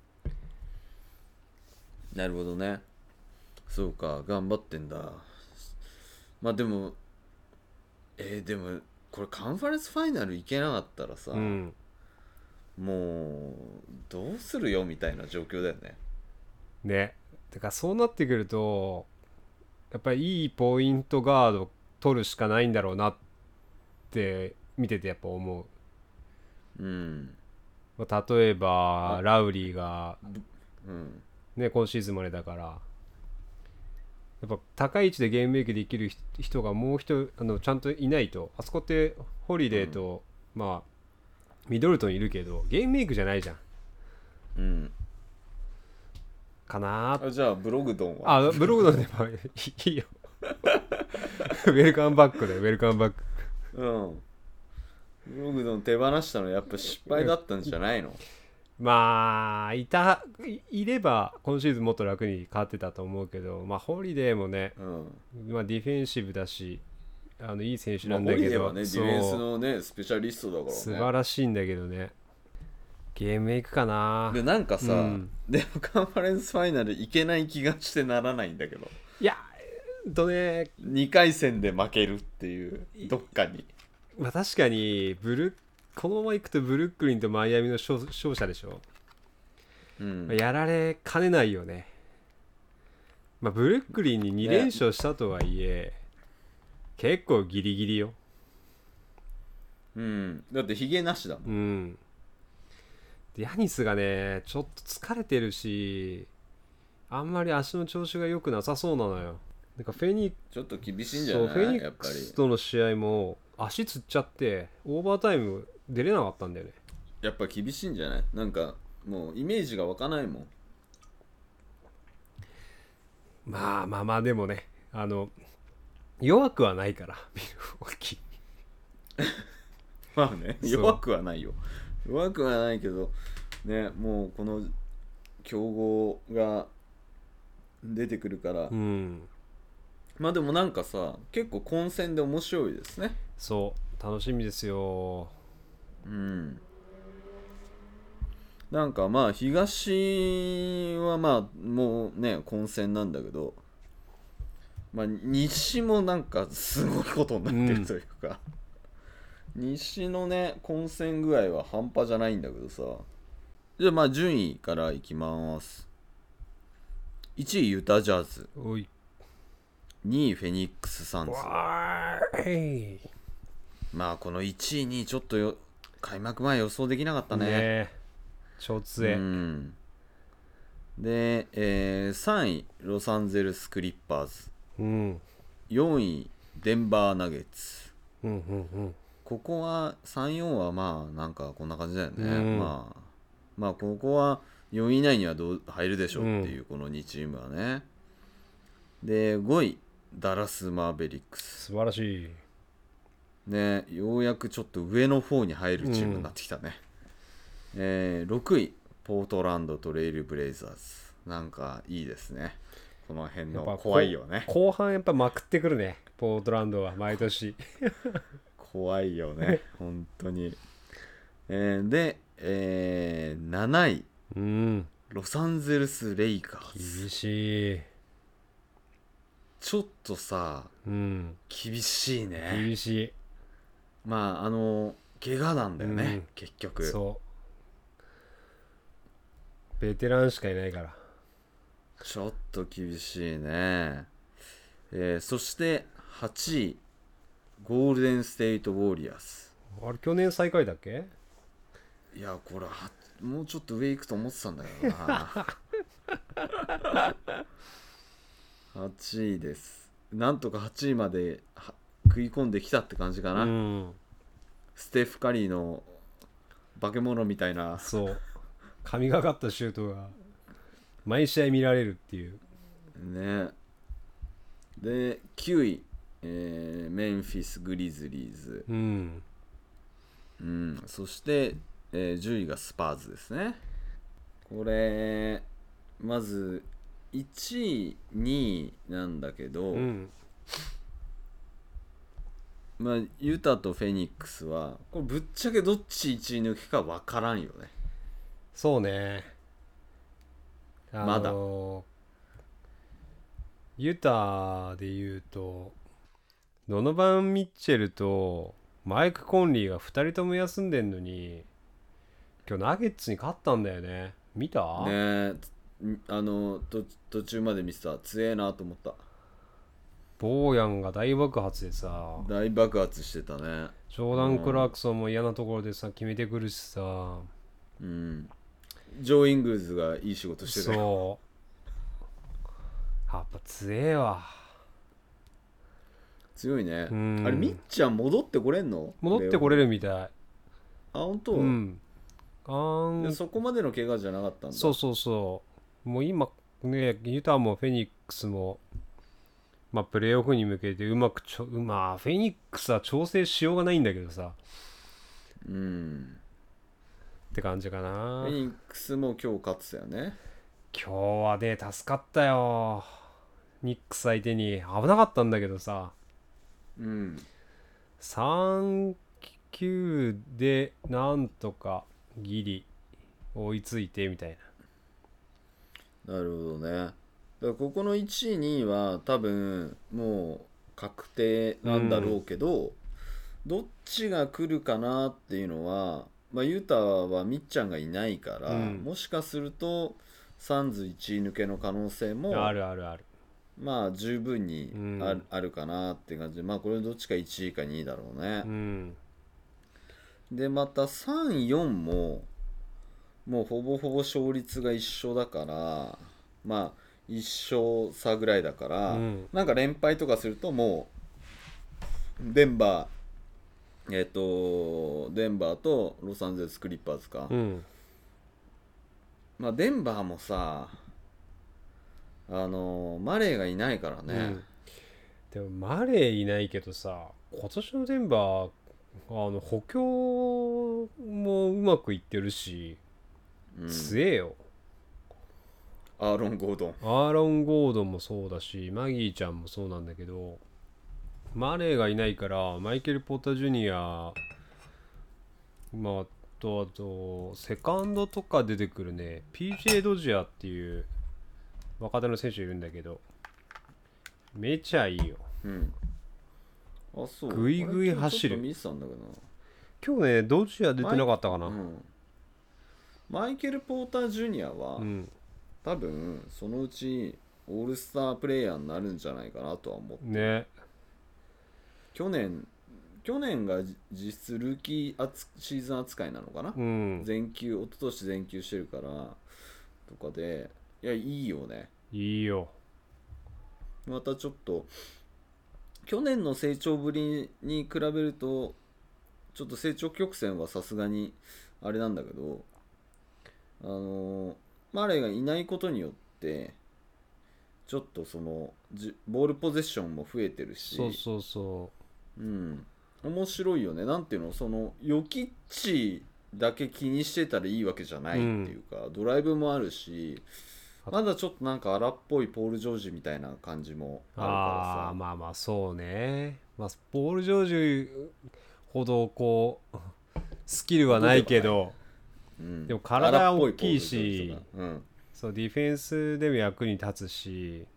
なるほどね。そうか、頑張ってんだ。まあでもえー、でもこれカンファレンスファイナル行けなかったらさ、 うん、 もうどうするよみたいな状況だよね。 ね、だからそうなってくるとやっぱりいいポイントガード取るしかないんだろうなって見ててやっぱ思う。 うん、 まあ、例えばラウリーが、 うんね、今シーズンまでだからやっぱ高い位置でゲームメイクできる人がもう一人あのちゃんといないと。あそこってホリデーと、うん、まあミドルトンいるけどゲームメイクじゃないじゃん、 うん、 かなあ。じゃあブログドンはあブログドンでもいいよウェルカムバックだよ、ウェルカムバック。 うんブログドン手放したのやっぱ失敗だったんじゃないの。 まあいた い, いれば今シーズンもっと楽に勝ってたと思うけど、まあホリデーもね、 うん、 まあ、ディフェンシブだしあのいい選手なんだけど、 まあ、ホリデーはねディフェンスのねスペシャリストだからね。 素晴らしいんだけどね。ゲームメイクかな。 でなんかさ、 うん、 でもカンファレンスファイナルいけない気がしてならないんだけど。 いやとねにかい戦で負けるっていうどっかに。 まあ確かにブルこのままいくとブルックリンとマイアミの勝勝者でしょ、 うん、 まあ、やられかねないよね。まあ、ブルックリンにに連勝したとはいえ、ね、結構ギリギリよ。 うん、だってヒゲなしだもん。 うん。でヤニスがねちょっと疲れてるしあんまり足の調子が良くなさそうなのよ。なんかフェニックちょっと厳しいんじゃない？ そうフェニックスとの試合も足つっちゃってオーバータイム出れなかったんだよね。 やっぱ厳しいんじゃない？なんかもうイメージが湧かないもん。 まあまあまあでもねあの弱くはないからミルウォーキーまあね弱くはないよ。弱くはないけどね、もうこの強豪が出てくるから、 うん、 まあでもなんかさ結構混戦で面白いですね。 そう楽しみですよ。 うん、なんかまあ東はまあもうね混戦なんだけど、まあ西もなんかすごいことになってるというか、うん、西のね混戦具合は半端じゃないんだけどさ。じゃあまあ順位からいきます。いちいユタジャズ、 おいにいフェニックスサンズ。 わーい。 まあこのいちいにちょっとよ開幕前予想できなかったね。 ね超強い。うん、 で、えー、さんいロサンゼルスクリッパーズ、 うん、 よんいデンバーナゲッツ、 うんうんうん、 ここはさん、よんはまあなんかこんな感じだよね、 うん、 まあまあここはよんい以内にはどう入るでしょうっていうこのにチームはね、うん、でごいダラスマーベリックス、 素晴らしいね。 ようやくちょっと上の方に入るチームになってきたね、 えー、ろくいポートランドトレイルブレイザーズ。なんかいいですね、この辺の。怖いよね、 後半やっぱまくってくるねポートランドは毎年怖いよね本当に。えー、で、えー、なない、 うん、 ロサンゼルスレイカーズ。 厳しい。 ちょっとさ、 うん、 厳しいね。 厳しい。 まああの怪我なんだよね、うん、結局。 そうベテランしかいないから。 ちょっと厳しいね。えー、そしてはちいゴールデンステイトウォリアーズ。 あれ去年最下位だっけ？ いやこれはもうちょっと上行くと思ってたんだけどなはちいです。なんとかはちいまで食い込んできたって感じかな、うん、ステフ・カリーの化け物みたいな。 そう神がかったシュートが毎試合見られるっていうね。できゅうい、えー、メンフィス・グリズリーズ、うんうん、そして、えー、じゅういがスパーズですね。これまずいちいにいなんだけど、うん、まあユタとフェニックスはこれぶっちゃけどっちいちい抜けか分からんよね。 そうね、あのー、 まだユタで言うとドノバン・ミッチェルとマイク・コンリーがふたりとも休んでんのに今日ナゲッツに勝ったんだよね。見た？ ねえ、あの途中まで見てた。強えなと思った。 ボーヤンが大爆発でさ、 大爆発してたね。 ジョーダン・クラークソンも嫌なところでさ決めてくるしさ、 うん、ジョー・イングルズがいい仕事してたよ。 そうやっぱ強えわ。 強いね。あれみっちゃん戻ってこれんの？ 戻ってこれるみたい。あ本当？うん。あでそこまでの怪我じゃなかったんだ。 そうそうそう。もう今ねユタもフェニックスもまあプレーオフに向けてうまくちょまあフェニックスは調整しようがないんだけどさ。うんって感じかな。 フェニックスも今日勝ってたよね。 今日はね助かったよ。ニックス相手に危なかったんだけどさ、うん、さんきゅうでなんとかギリ追いついてみたいな。なるほどね。だからここのいちいにいは多分もう確定なんだろうけど、うん、どっちが来るかなっていうのは、まあ、ユタはみっちゃんがいないから、うん、もしかするとサンズいちい抜けの可能性もあるあるある。 まあ十分にあ る,、うん、あるかなって感じで、まあこれどっちかいちいかにいだろうね。うん、でまたさん、よんももうほぼほぼ勝率が一緒だからまあ一勝差ぐらいだから、うん、なんか連敗とかするともうデンバーえっ、ー、とデンバーとロサンゼルスクリッパーズか、うん、まあデンバーもさあのマレーがいないからね、うん、 でもマレーいないけどさ今年のデンバーあの補強もうまくいってるし、うん、強えよ。 アーロン・ゴードンアーロン・ゴードンもそうだしマギーちゃんもそうなんだけどマレーがいないからマイケル・ポーター・ジュニアまあとあとセカンドとか出てくるね ピージェー ドジアっていう若手の選手いるんだけどめちゃいいよ、うん、 あそうグイグイ走る。 見てたんだけど今日ねドジア出てなかったかな。マイ,、うん、 マイケル・ポーター・ジュニアは、うん、多分そのうちオールスタープレイヤーになるんじゃないかなとは思ってね。去年去年が実質ルーキーシーズン扱いなのかな、うん、全休一昨年全休してるからとかでいやいいよね。 いいよ。 またちょっと去年の成長ぶりに比べるとちょっと成長曲線はさすがにあれなんだけどあのマレーがいないことによってちょっとそのボールポゼッションも増えてるしそうそうそううん面白いよね。なんていうのそのヨキッチだけ気にしてたらいいわけじゃないっていうか、うん、ドライブもあるし、まだちょっとなんか荒っぽいポール・ジョージみたいな感じもあるからさ。 あまあまあそうね、まあ、ポール・ジョージほどこうスキルはないけど、 うん、 でも体大きいし、うん、そうディフェンスでも役に立つし、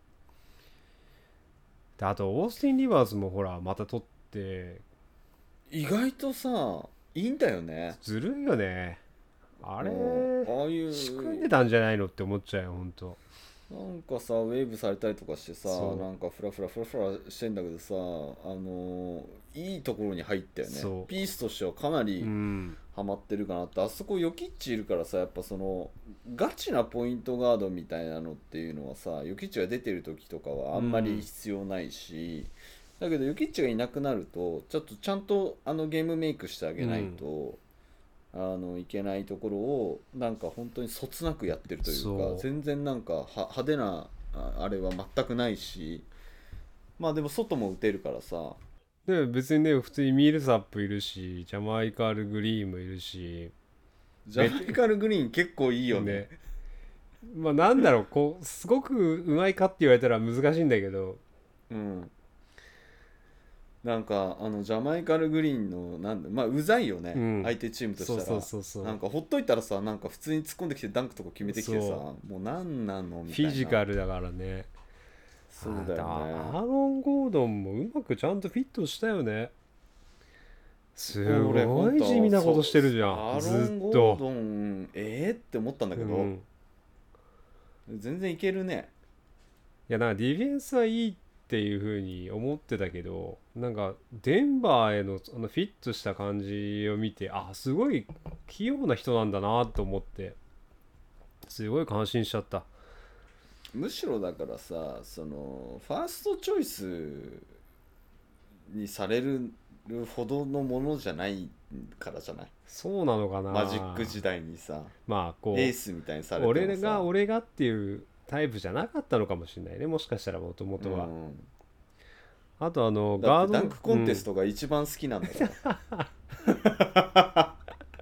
であとオースティン・リバーズもほらまた取って意外とさいいんだよね。 ずるいよねあれ、 ああいう仕組んでたんじゃないのって思っちゃうよほんと。 なんかさウェーブされたりとかしてさ、なんかフラフラフラフラしてんだけどさ、あのー、いいところに入ったよね。ピースとしてはかなりハマってるかなって、うん、あそこヨキッチいるからさ、やっぱそのガチなポイントガードみたいなのっていうのはさ、ヨキッチが出てる時とかはあんまり必要ないし、うん、だけどヨキッチがいなくなるとちょっとちゃんとあのゲームメイクしてあげないと、うんあのいけないところをなんか本当にそつなくやってるというか、全然なんかは派手なあれは全くないし、まあでも外も打てるからさ。 で別にね普通にミルサップいるし、ジャマイカルグリーンもいるし、 ジャマイカルグリーン結構いいよね。ねまあなんだろうこうすごくうまいかって言われたら難しいんだけど、 うんなんかあのジャマイカルグリーンのなんだまあうざいよね、うん、相手チームとしたら。そうそうそうそう、なんかほっといたらさ、なんか普通に突っ込んできてダンクとか決めてきてさ、もうなんなのみたいな。 フィジカルだからね。 そうだよね。 アーロン・ゴードンもうまくちゃんとフィットしたよね。すごい地味なことしてるじゃん。 アーロン・ゴードンえーって思ったんだけど、うん、全然いけるね。 いやなんかディフェンスはいいっていう風に思ってたけど、なんかデンバーへのあのフィットした感じを見て、あすごい器用な人なんだなと思って、すごい感心しちゃった。 むしろだからさ、そのファーストチョイスにされるほどのものじゃないからじゃない。 そうなのかな。 マジック時代にさ、 まあこうエースみたいにされてもさ、 俺が俺がっていうタイプじゃなかったのかもしれないね、もしかしたらもともとは、うん、あとあのガードダンクコンテストが一番好きなんだから、うん、 あ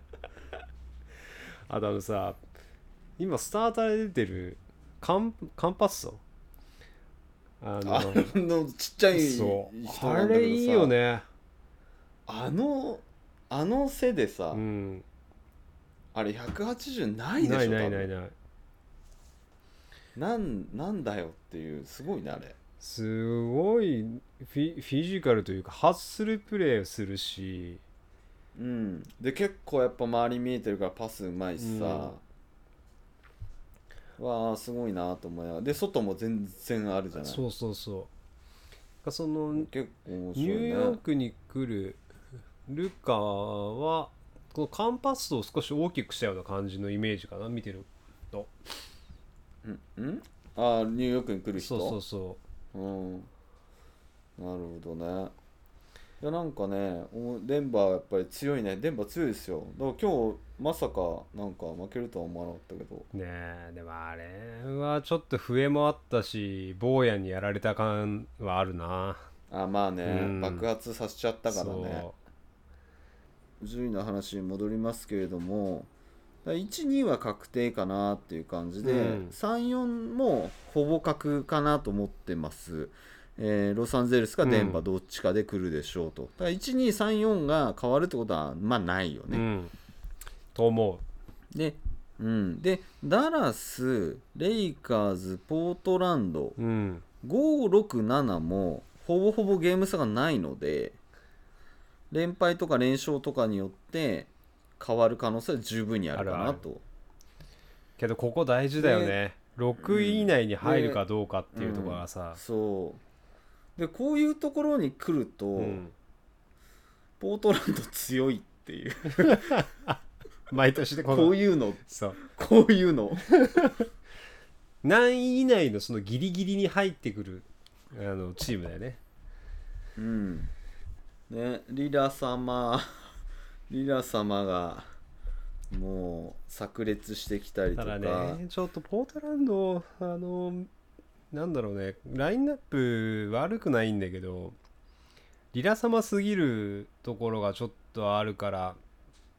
とあのさ今スターターで出てるカンカンパッソ、 あのあのちっちゃい人なんだけどさ、あれいいよね。 あのあの背でさ、うん、あれひゃくはちじゅうないでしょ。ないないないない。なんなんだよっていう、すごいねあれ。 すごいフ ィ, フィジカルというかハッスルプレーするし、 うん、で結構やっぱ周り見えてるからパスうまいしさ、うん、わあすごいなと思いながら、で外も全然あるじゃない。 そうそうそう。その結構面白い、ね、ニューヨークに来るルカはこのカンパスを少し大きくしたような感じのイメージかな、見てると。 んんああニューヨークに来る人。 そうそうそう、 うん、なるほどね。いやなんかねデンバーはやっぱり強いね。デンバー強いですよ。だから今日まさかなんか負けるとは思わなかったけどね。えでもあれはちょっと笛もあったし、坊やにやられた感はあるな。 あまあね、うん、爆発させちゃったからね。順位の話に戻りますけれども、いち、には確定かなっていう感じで、うん、さん、よんもほぼ確かなと思ってます。えー、ロサンゼルスかデンバーどっちかで来るでしょうと。だからいち、に、さん、よんが変わるってことはまあないよね。うん、 と思う。で、うん、でダラス、レイカーズ、ポートランド、うん、ご、ろく、ななもほぼほぼゲーム差がないので、連敗とか連勝とかによって変わる可能性は十分にあるかなと。あるあるけどここ大事だよね。ろくい以内に入るかどうかっていうところがさ、 うん、そうでこういうところに来ると、うん、ポートランド強いっていう毎年でここういうのそうこういうの何位以内のそのギリギリに入ってくるあのチームだよね。 うんね、リラ様リラ様がもう炸裂してきたりとか。 ただねちょっとポートランドあのなんだろうね、ラインナップ悪くないんだけどリラ様すぎるところがちょっとあるから、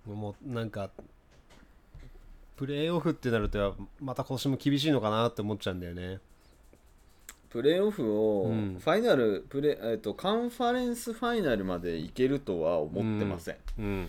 もうなんかプレーオフってなるとまた今年も厳しいのかなって思っちゃうんだよね。 プレーオフをうんファイナル、プレ、えーと、カンファレンスファイナルまでいけるとは思ってません、 うんうん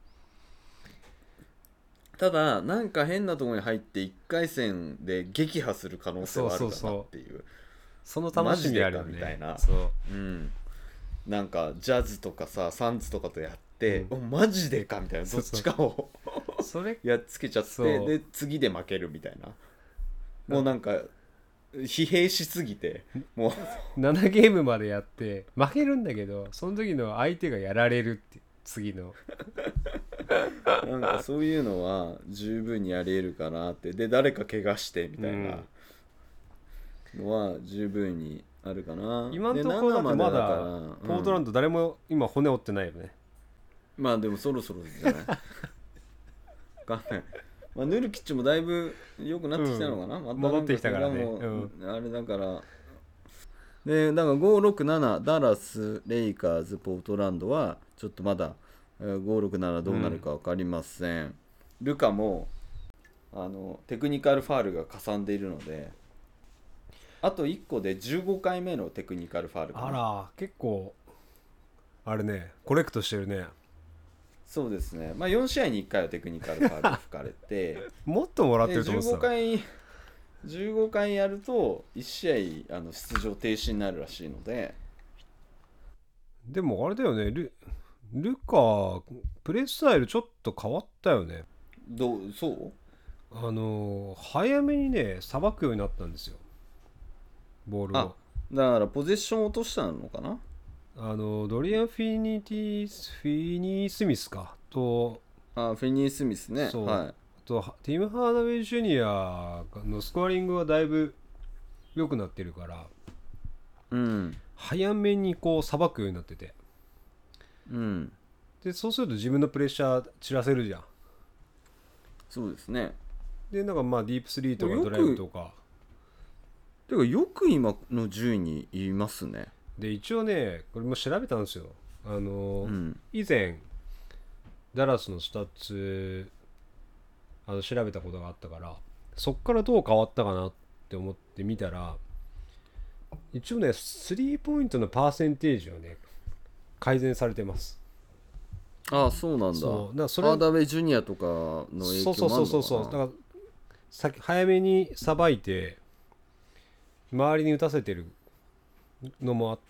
ただなんか変なところに入っていっかい戦で撃破する可能性はあるかなっていう、 その楽しみあるよね。 マジでかみたいな。 そう、 うん、なんかジャズとかさサンズとかとやって、 うん、 おマジでかみたいな、どっちかをそれやっつけちゃってで次で負けるみたいな、もうなんか疲弊しすぎてもうななゲームまでやって負けるんだけど、その時の相手がやられるって次のなんかそういうのは十分にありえるかなって、で誰か怪我してみたいなのは十分にあるかな、 うん、今のところだってまだポートランド、 ド誰も今骨折ってないよね。 まあでもそろそろじゃないわかんない、まあ、ヌルキッチもだいぶ良くなってきたのかな、うん、また戻ってきたからね、 もうあれだからで、だからご、ろく、ななダラス、レイカーズ、ポートランドはちょっとまだご、ろく、ななどうなるか分かりません、うん、ルカもあのテクニカルファールがかさんでいるので、あといっこでじゅうごかいめのテクニカルファールかな。 あら結構あれね、コレクトしてるね。 そうですね、まあ、よん試合にいっかいはテクニカルファール吹かれてもっともらってると思ってた。 じゅうごかいじゅうごかいやるといち試合あの出場停止になるらしいので。 でもあれだよね、ルルカプレースタイルちょっと変わったよね。 どうそうあの早めにねさばくようになったんですよ、ボールを。 あだからポゼッション落としたのかな。 あのドリアン・フィニティフィニー・スミスかと、 あフィニー・スミスね、 そう、 はい、 とティム・ハーダウェイ・ジュニアのスコアリングはだいぶ良くなってるから、 うん、 早めにこうさばくようになってて、 うん、 でそうすると自分のプレッシャー散らせるじゃん。 そうですね。 でなんかまあディープスリーとかドライブとかてかよく今の順位にいますね。 で一応ねこれも調べたんですよ。あの、 うん、 以前ダラスのスタッツあの調べたことがあったから、そっからどう変わったかなって思ってみたら、一応ねスリーポイントのパーセンテージはね改善されてます。 ああそうなんだ。 そうだからそれハーダウェイジュニアとかの影響もあるのかな。 そうそうそうそうだから先早めにさばいて周りに打たせてるのもあって、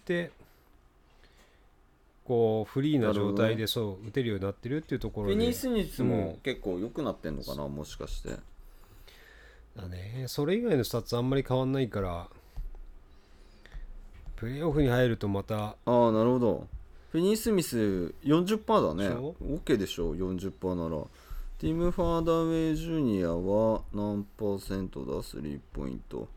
こうフリーな状態でそう打てるようになってるっていうところで、 フィニー・スミスも結構良くなってんのかな、うん、もしかしてだね。それ以外のスタッツあんまり変わんないから、プレーオフに入るとまた。 ああなるほど。フィニー・スミス よんじゅっパーセント だね。 OK でしょ よんじゅっパーセント なら。ティム・ファーダウェイ・ジュニアは何パーセントだ、スリーポイント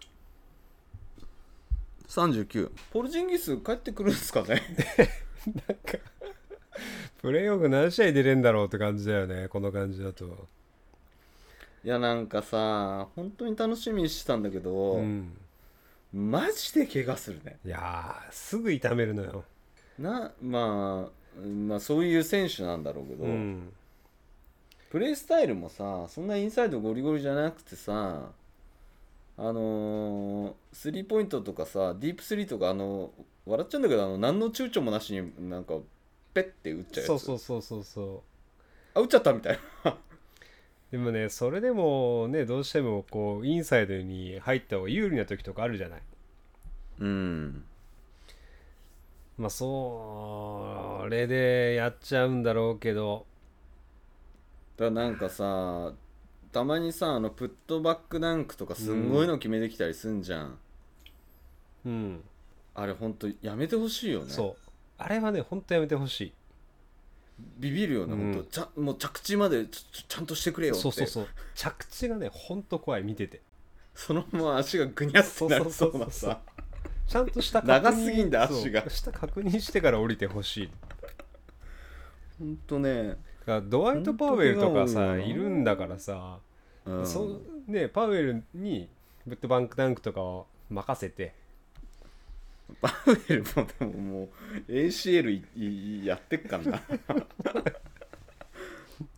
さんじゅうきゅう。ポルジンギス帰ってくるんですかねなんかプレーオフ何試合出れんだろうって感じだよね、この感じだと。 いやなんかさ本当に楽しみにしてたんだけど、 うん、 マジで怪我するね。 いやーすぐ痛めるのよな、まあ、まあそういう選手なんだろうけど、 うん、 プレースタイルもさそんなインサイドゴリゴリじゃなくてさ、あのー、スリーポイントとかさディープスリーとか、あの笑っちゃうんだけど、あの何の躊躇もなしになんかペッて打っちゃうやつ。 そうそうそうそうそうあ打っちゃったみたいなでもねそれでもねどうしてもこうインサイドに入った方が有利な時とかあるじゃない。 うんまあそれでやっちゃうんだろうけど、 だからなんかさたまにさあのプットバックダンクとかすんごいの決めてきたりすんじゃん、 うん、 あれほんとやめてほしいよね。 そうあれはねほんとやめてほしい。 ビビるよね、うん、ほんとちゃもう着地まで ち, ちゃんとしてくれよって。 そうそうそう着地がねほんと怖い、見ててそのまま足がぐにゃってなりそうなさ、 ちゃんと下確認長すぎんだ足が下確認してから降りてほしい。 ほんとね、 だからドワイト・パウエルとかさいるんだからさ、 うん、 そねパウエルにブットバンクダンクとかを任せて、 パウエルもでももう エーシーエル いいやってっかんな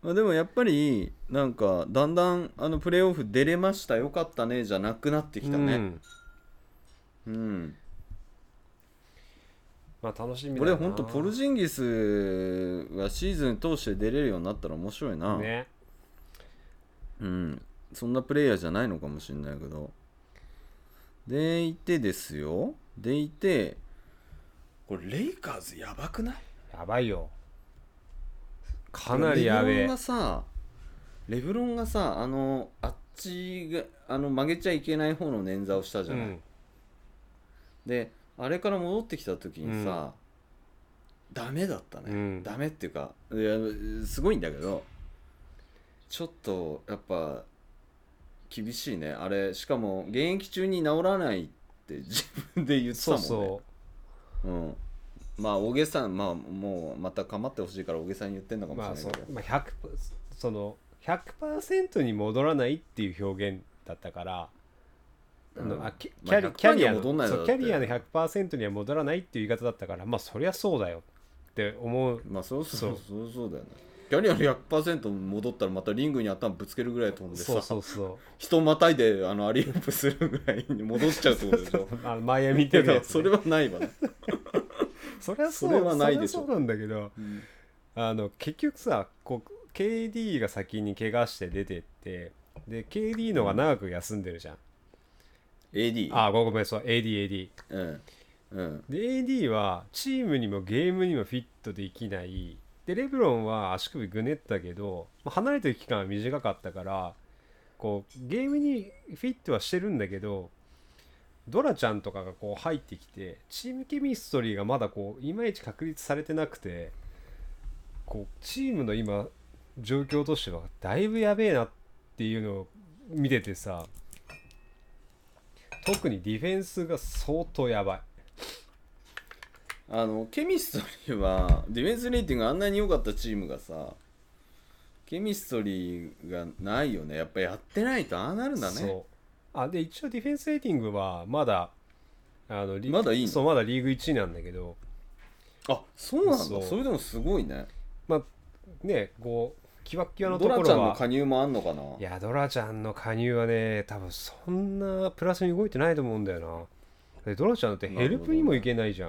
まあ、でもやっぱりなんかだんだんあのプレーオフ出れましたよかったねじゃなくなってきたね。うん、うん、 まあ楽しみだこれよな。 ほんとポルジンギスがシーズン通して出れるようになったら面白いな。 ね。 うん、そんなプレイヤーじゃないのかもしれないけど。でいてですよ。でいて、これレイカーズやばくない？ やばいよ。かなりやべえ。 レブロンがさ、レブロンがさ、あのあっちがあの曲げちゃいけない方の捻挫をしたじゃない。うん、で、あれから戻ってきた時にさ、うん、ダメだったね。うん、ダメっていうか、いやすごいんだけど、ちょっとやっぱ厳しいね。あれしかも現役中に治らないって自分で言ってたもんね。そうそう。うん。まあ大げさ、まあもうまた構ってほしいから大げさに言ってんのかもしれないけど、まあそ、まあ、ひゃくその ひゃくパーセント に戻らないっていう表現だったから、うん、あのあキャリ、まあ、キャリアのそうキャリアの ひゃくパーセント には戻らないっていう言い方だったから、まあそりゃそうだよって思う。 まあそうそうそうそうだよね。キャリアの ひゃくパーセント 戻ったらまたリングに頭ぶつけるぐらい飛んでさ、そうそうそう人またいであのアリウープするぐらいに戻っちゃうってことでしょ。あのマイアミってるやつ、ね、それはないわね。 それはそう、それはないでしょ。それはそうなんだけど、うん、あの結局さこう ケーディー が先に怪我して出てってで ケーディー のが長く休んでるじゃん、 うん、エーディーあごめんそう エーディー エーディー、 うんうん、 で エーディー はチームにもゲームにもフィットできないでレブロンは足首ぐねったけど離れてる期間は短かったからこうゲームにフィットはしてるんだけどドラちゃんとかがこう入ってきてチームケミストリーがまだこういまいち確立されてなくてこうチームの今状況としてはだいぶやべえなっていうのを見ててさ特にディフェンスが相当やばい。 あのケミストリーはディフェンスレーティングがあんなに良かったチームがさケミストリーがないよね。やっぱやってないとああなるんだね。 そうあで一応ディフェンスレーティングはまだあのまだいいの？ そうまだリーグいちいなんだけどあそうなんだ。 そ, それでもすごいね。 まあねこうキワッキワのところはドラちゃんの加入もあんのかな。 いやドラちゃんの加入はね多分そんなプラスに動いてないと思うんだよな。でドラちゃんだってヘルプにもいけないじゃん。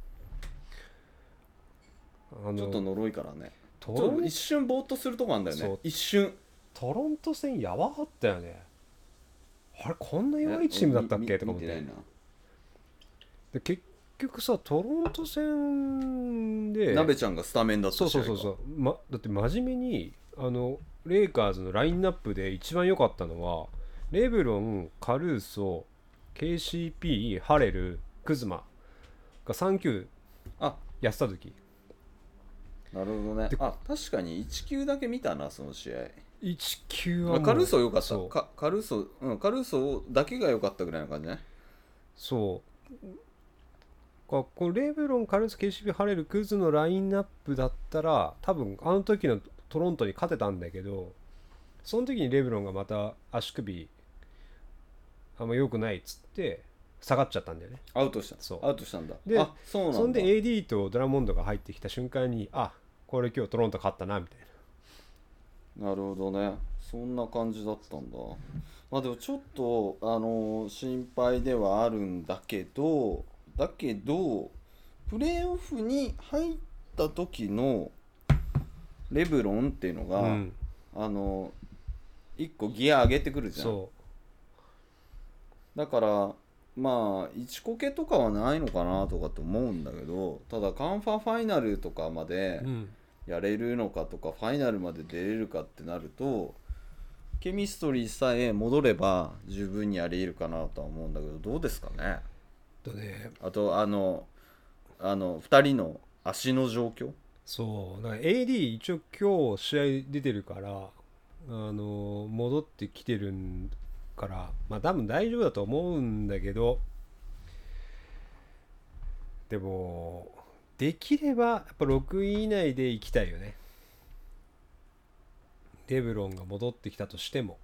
あのちょっと呪いからね。ちょっと一瞬ぼーっとするとこあんだよね。一瞬トロント戦やばかったよね。あれこんな弱いチームだったっけとか思って。で結局さトロント戦で鍋ちゃんがスタメンだったそうそうそうそう、ま、だって真面目にあのレイカーズのラインナップで一番良かったのはレブロン、カルーソ、ケーシーピー、ハレル、クズマがさん球やってた時。 なるほどね。あ確かにいち球だけ見たなその試合。 いち球はもう、 まあ、カルーソ良かったかカルーソ、うん、カルーソだけが良かったぐらいな感じね。 そうこのレブロン、カルーソ、ケーシーピー、ハレル、クズのラインナップだったら多分あの時のトロントに勝てたんだけどその時にレブロンがまた足首あんま良くないっつって下がっちゃったんだよね。 アウトした。 そうアウトしたんだ。 であそうなんだ。 そんで エーディー とドラモンドが入ってきた瞬間にあこれ今日トロント勝ったなみたいな。なるほどね。そんな感じだったんだ。まあでもちょっとあのー、心配ではあるんだけどだけどプレーオフに入った時のレブロンっていうのが、うん、あのいっこギア上げてくるじゃん。そうだからまあいちコケとかはないのかなとかと思うんだけどただカンファファイナルとかまでやれるのかとか、うん、ファイナルまで出れるかってなるとケミストリーさえ戻れば十分にあり得るかなとは思うんだけどどうですかね。 だねあとあのあのふたりの足の状況。 そうだから エーディー 一応今日試合出てるからあの戻ってきてるからまあ多分大丈夫だと思うんだけどでもできればやっぱろくい以内で行きたいよね。レブロンが戻ってきたとしても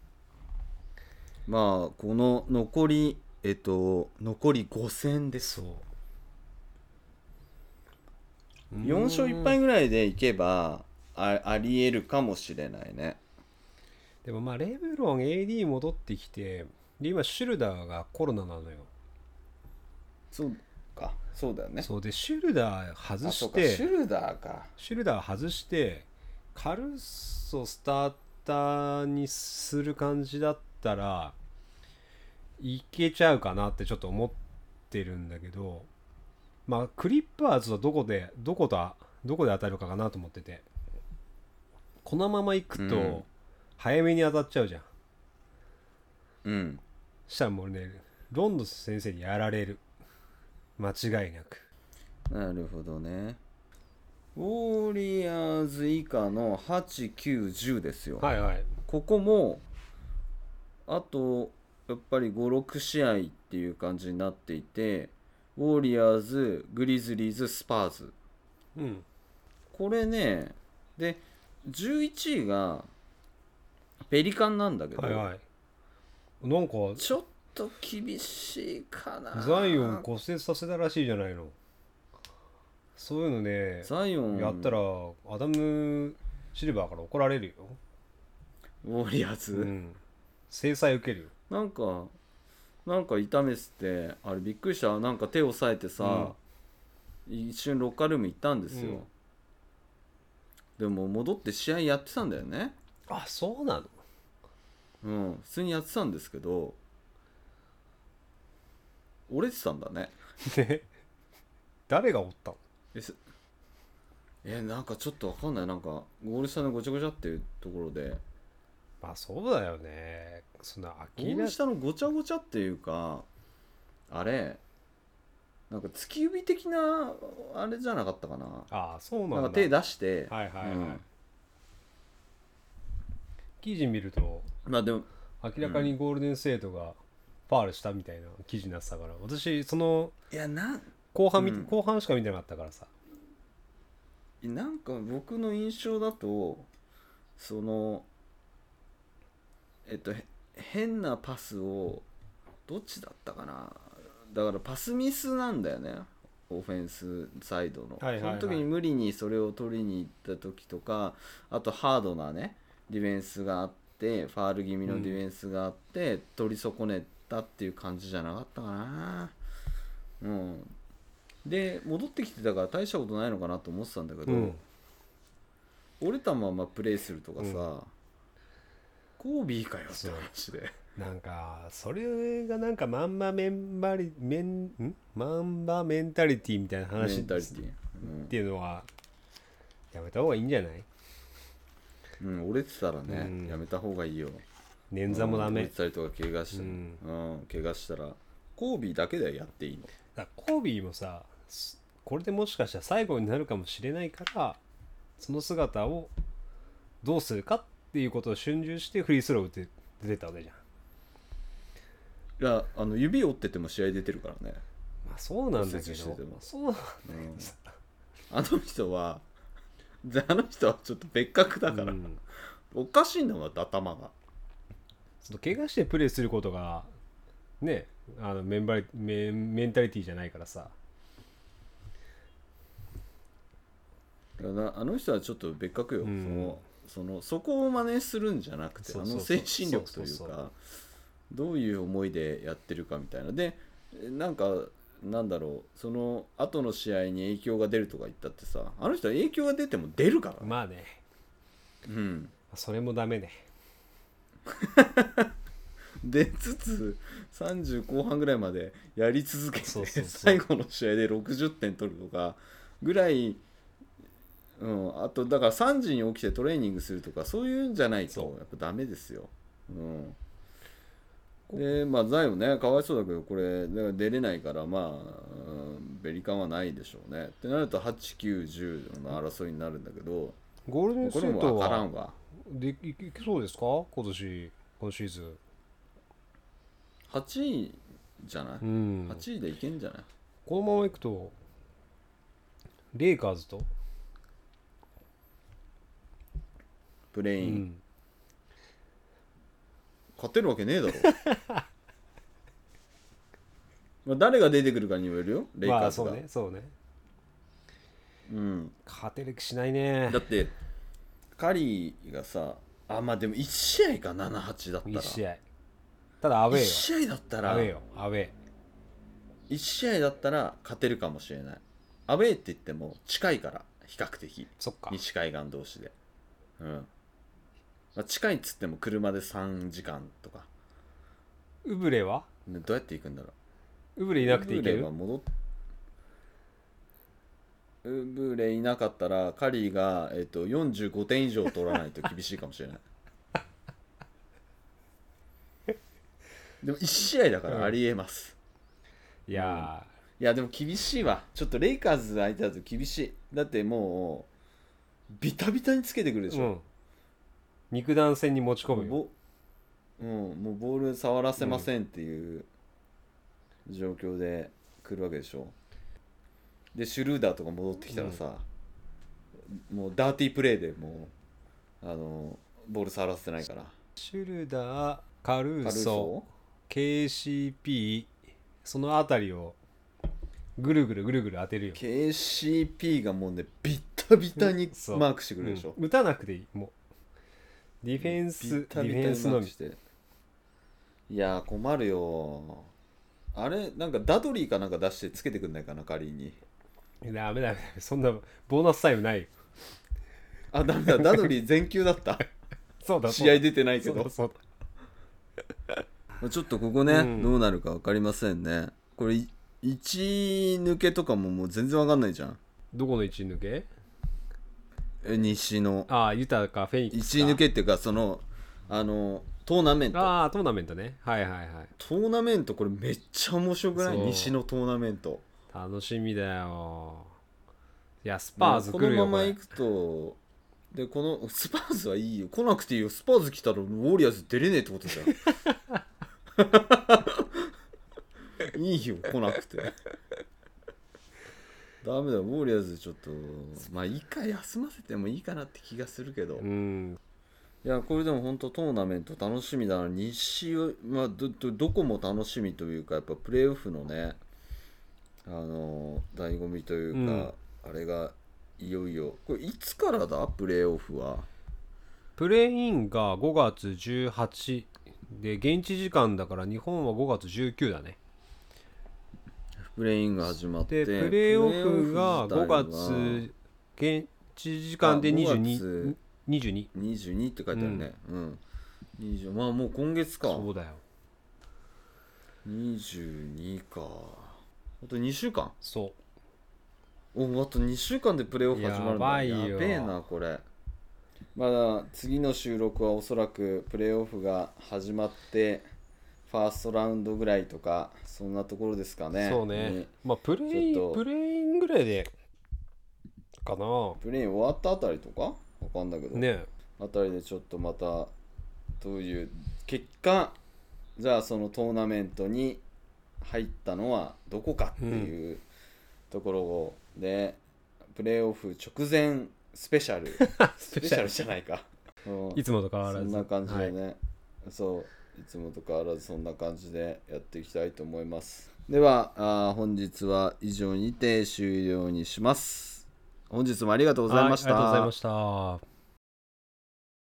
まあこの残りえっと残りご戦です。そうよん勝いっ敗ぐらいでいけばあありえるかもしれないね。 でもまあレブロン エーディー 戻ってきて、で今シュルダーがコロナなのよ。 そうか、そうだよね。 そうでシュルダー外あ、そうか、 してシュルダーか。 シュルダー外してカルッソスターターにする感じだったらいけちゃうかなってちょっと思ってるんだけど、まあクリッパーズはどこでどことどこで当たるかかなと思ってて、このまま行くうんと早めに当たっちゃうじゃん。 うんしたらもうねロンドン先生にやられる、間違いなく。 なるほどね。ウォリアーズ以下のはち、きゅう、じゅうですよ。 はいはい。 ここもあとやっぱりご、ろく試合っていう感じになっていて、ウォリアーズ、グリズリーズ、スパーズ、 うんこれね、でじゅういちいがペリカンなんだけど、 はいはい。なんかちょっと厳しいかな。 ザイオン骨折させたらしいじゃないの。そういうのねザイオンやったらアダム・シルバーから怒られるよ。 ウォリアーズ、 うん、制裁受けるよ。 なんかなんか痛めてて、あれびっくりした。なんか手を押さえてさ、一瞬ロッカールーム行ったんですよ、でも戻って試合やってたんだよね。 あ、そうなの。 うん、普通にやってたんですけど折れてたんだね。 ね、誰がおったの。 えすえなんかちょっとわかんない。なんかゴール下のごちゃごちゃっていうところで、 まあそうだよね。そんなゴ明らール下のごちゃごちゃっていうか、あれなんか突き指的なあれじゃなかったかな。 ああそうなんだ。 なんか手出して、 はいはいはい、 うん、 記事見るとまあでも明らかにゴールデンステートがファールしたみたいな記事になってたから、私そのいやな後半見て、 うん後半しか見てなかったからさ。 なんか僕の印象だと、そのえっとへ変なパスを、どっちだったかな。だからパスミスなんだよね、オフェンスサイドの、 はいはいはい、 その時に無理にそれを取りに行った時とか、あとハードなねディフェンスがあって、ファール気味のディフェンスがあって、うん、取り損ねたっていう感じじゃなかったかな。うんで戻ってきてたから大したことないのかなと思ってたんだけど、うん、折れたままプレーするとかさ、うん、コービーかよって話で、 なんかそれがなんかマンバメンバリメンんマンバメンタリティみたいな話です、うん、っていうのはやめた方がいいんじゃない。 うん、折れてたらね、うん、やめた方がいいよ。 捻挫もダメ。 折れてたりとか怪我した、うんうん、怪我したらコービーだけでやっていいの。 だコービーもさ、これでもしかしたら最後になるかもしれないから、その姿をどうするかっていうことを春秋してフリースロー打って出てたわけじゃん。 いや、あの指折ってても試合出てるからね。 まあそうなんだけど、そうなんだけどさ、 うん、あの人はあの人はちょっと別格だから、うん、おかしいんだもん頭が。 その怪我してプレーすることがね、あのメンバリメンメンタリティじゃないからさ。 だからあの人はちょっと別格よ、うん、そのそのそこを真似するんじゃなくて、そうそうそう、あの精神力というか、そうそうそう、どういう思いでやってるかみたいな。でなんかなんだろう、その後の試合に影響が出るとか言ったってさ、あの人は影響が出ても出るからね。 まあね、 うん、 それもダメね出つつさんじゅう後半ぐらいまでやり続けて、そうそうそう、最後の試合でろくじゅってん取るとかぐらい、うん、あとだからさんじに起きてトレーニングするとかそういうんじゃないとやっぱダメですよ。うん、でまあザイオンねかわいそうだけど、これだから出れないから、まあ、うん、ベリカンはないでしょうねってなるとはち、きゅう、じゅうの争いになるんだけど、 ゴールデンステートはこれも分からんわ。 でいけそうですか今年、今シーズンはちいじゃない、うん、はちいでいけんじゃない。 このままいくとレイカーズとプレイン、うん、勝てるわけねえだろまあ誰が出てくるかにもよるよ、レイカーズが。 まあそうね、そうね、 うん、 勝てる気しないね。 だってカリーがさ、あまあでもいち試合かななはちだったらいち試合ただアウェーよいち試合だったらアウェーよアウェーいち試合だったら勝てるかもしれない。アウェーって言っても近いから比較的そっか西海岸同士で、うんまあ、近いっつっても車でさんじかんとか。 ウブレはどうやって行くんだろう。 ウブレいなくていけるウブレは戻っウブレいなかったらカリーが、えっと、よんじゅうごてん以上取らないと厳しいかもしれないでもいち試合だからありえます、 いやいやでも厳しいわ。ちょっとレイカーズ相手だと厳しい。だってもうビタビタにつけてくるでしょ、 ーうん肉弾戦に持ち込むよボうん、もうボール触らせませんっていう状況で来るわけでしょ。でシュルーダーとか戻ってきたらさ、もうダーティープレーでもうあのボール触らせてないから。 シュルダーカルーソカルーソケーシーピー そのあたりをぐるぐるぐるぐる当てるよケーシーピー がもうねビッタビタにそうマークしてくるでしょ、 うん打たなくていいもうディフェンスビッタビディフェンスのみタにマークして。いやー困るよ。あれなんかダドリーかなんか出してつけてくんないかな仮に。 ダメダメダメそんなボーナスタイムないよあダメだダドリー全休だったそうだ試合出てないけどそうだそうだちょっとここね、 うん、 どうなるか分かりませんね。これいち抜けとかももう全然分かんないじゃん。 どこのいち抜けえ西のああユタかフェニックスかいち抜けっていうかそのあのトーナメントああトーナメントねはいはいはいトーナメントこれめっちゃ面白くない？ そう西のトーナメント楽しみだよ。いやスパーズ来るよこのまま行くとでこのスパーズはいいよ来なくていいよ。スパーズ来たらウォリアーズ出れねえってことじゃんいいよ来なくてダメだウォリアーズちょっとまあいいか休ませてもいいかなって気がするけど、 うんいやこれでも本当トーナメント楽しみだな。西は、まあ、ど, ど, どこも楽しみというかやっぱプレーオフのねあの醍醐味というか、うん、あれがいよいよこれいつからだプレーオフは。 プレーインがごがつじゅうはちで現地時間だから日本はごがつじゅうくだね。 プレーインが始まってでプレーオフがごがつ現地時間でにじゅうに にじゅうににじゅうにって書いてあるね。うん、うん、にじゅうまあもう今月か。 そうだよにじゅうにか。あとにしゅうかん。 そうおあとにしゅうかんでプレーオフ始まるんだ。 やばいよやべえなこれ。まだ次の収録はおそらくプレーオフが始まってファーストラウンドぐらいとかそんなところですかね。 そうね。まあプレイプレインぐらいでかな。 プレイン終わったあたりとかわかんないけどねあたりでちょっとまたどういう結果じゃあそのトーナメントに入ったのはどこかっていうところを、うん、でプレーオフ直前スペシャルスペシャルじゃないかいつもと変わらずそんな感じでね、はい、そういつもと変わらずそんな感じでやっていきたいと思います。ではあ本日は以上にて終了にします。本日もありがとうございました、 はい、ありがとうございました。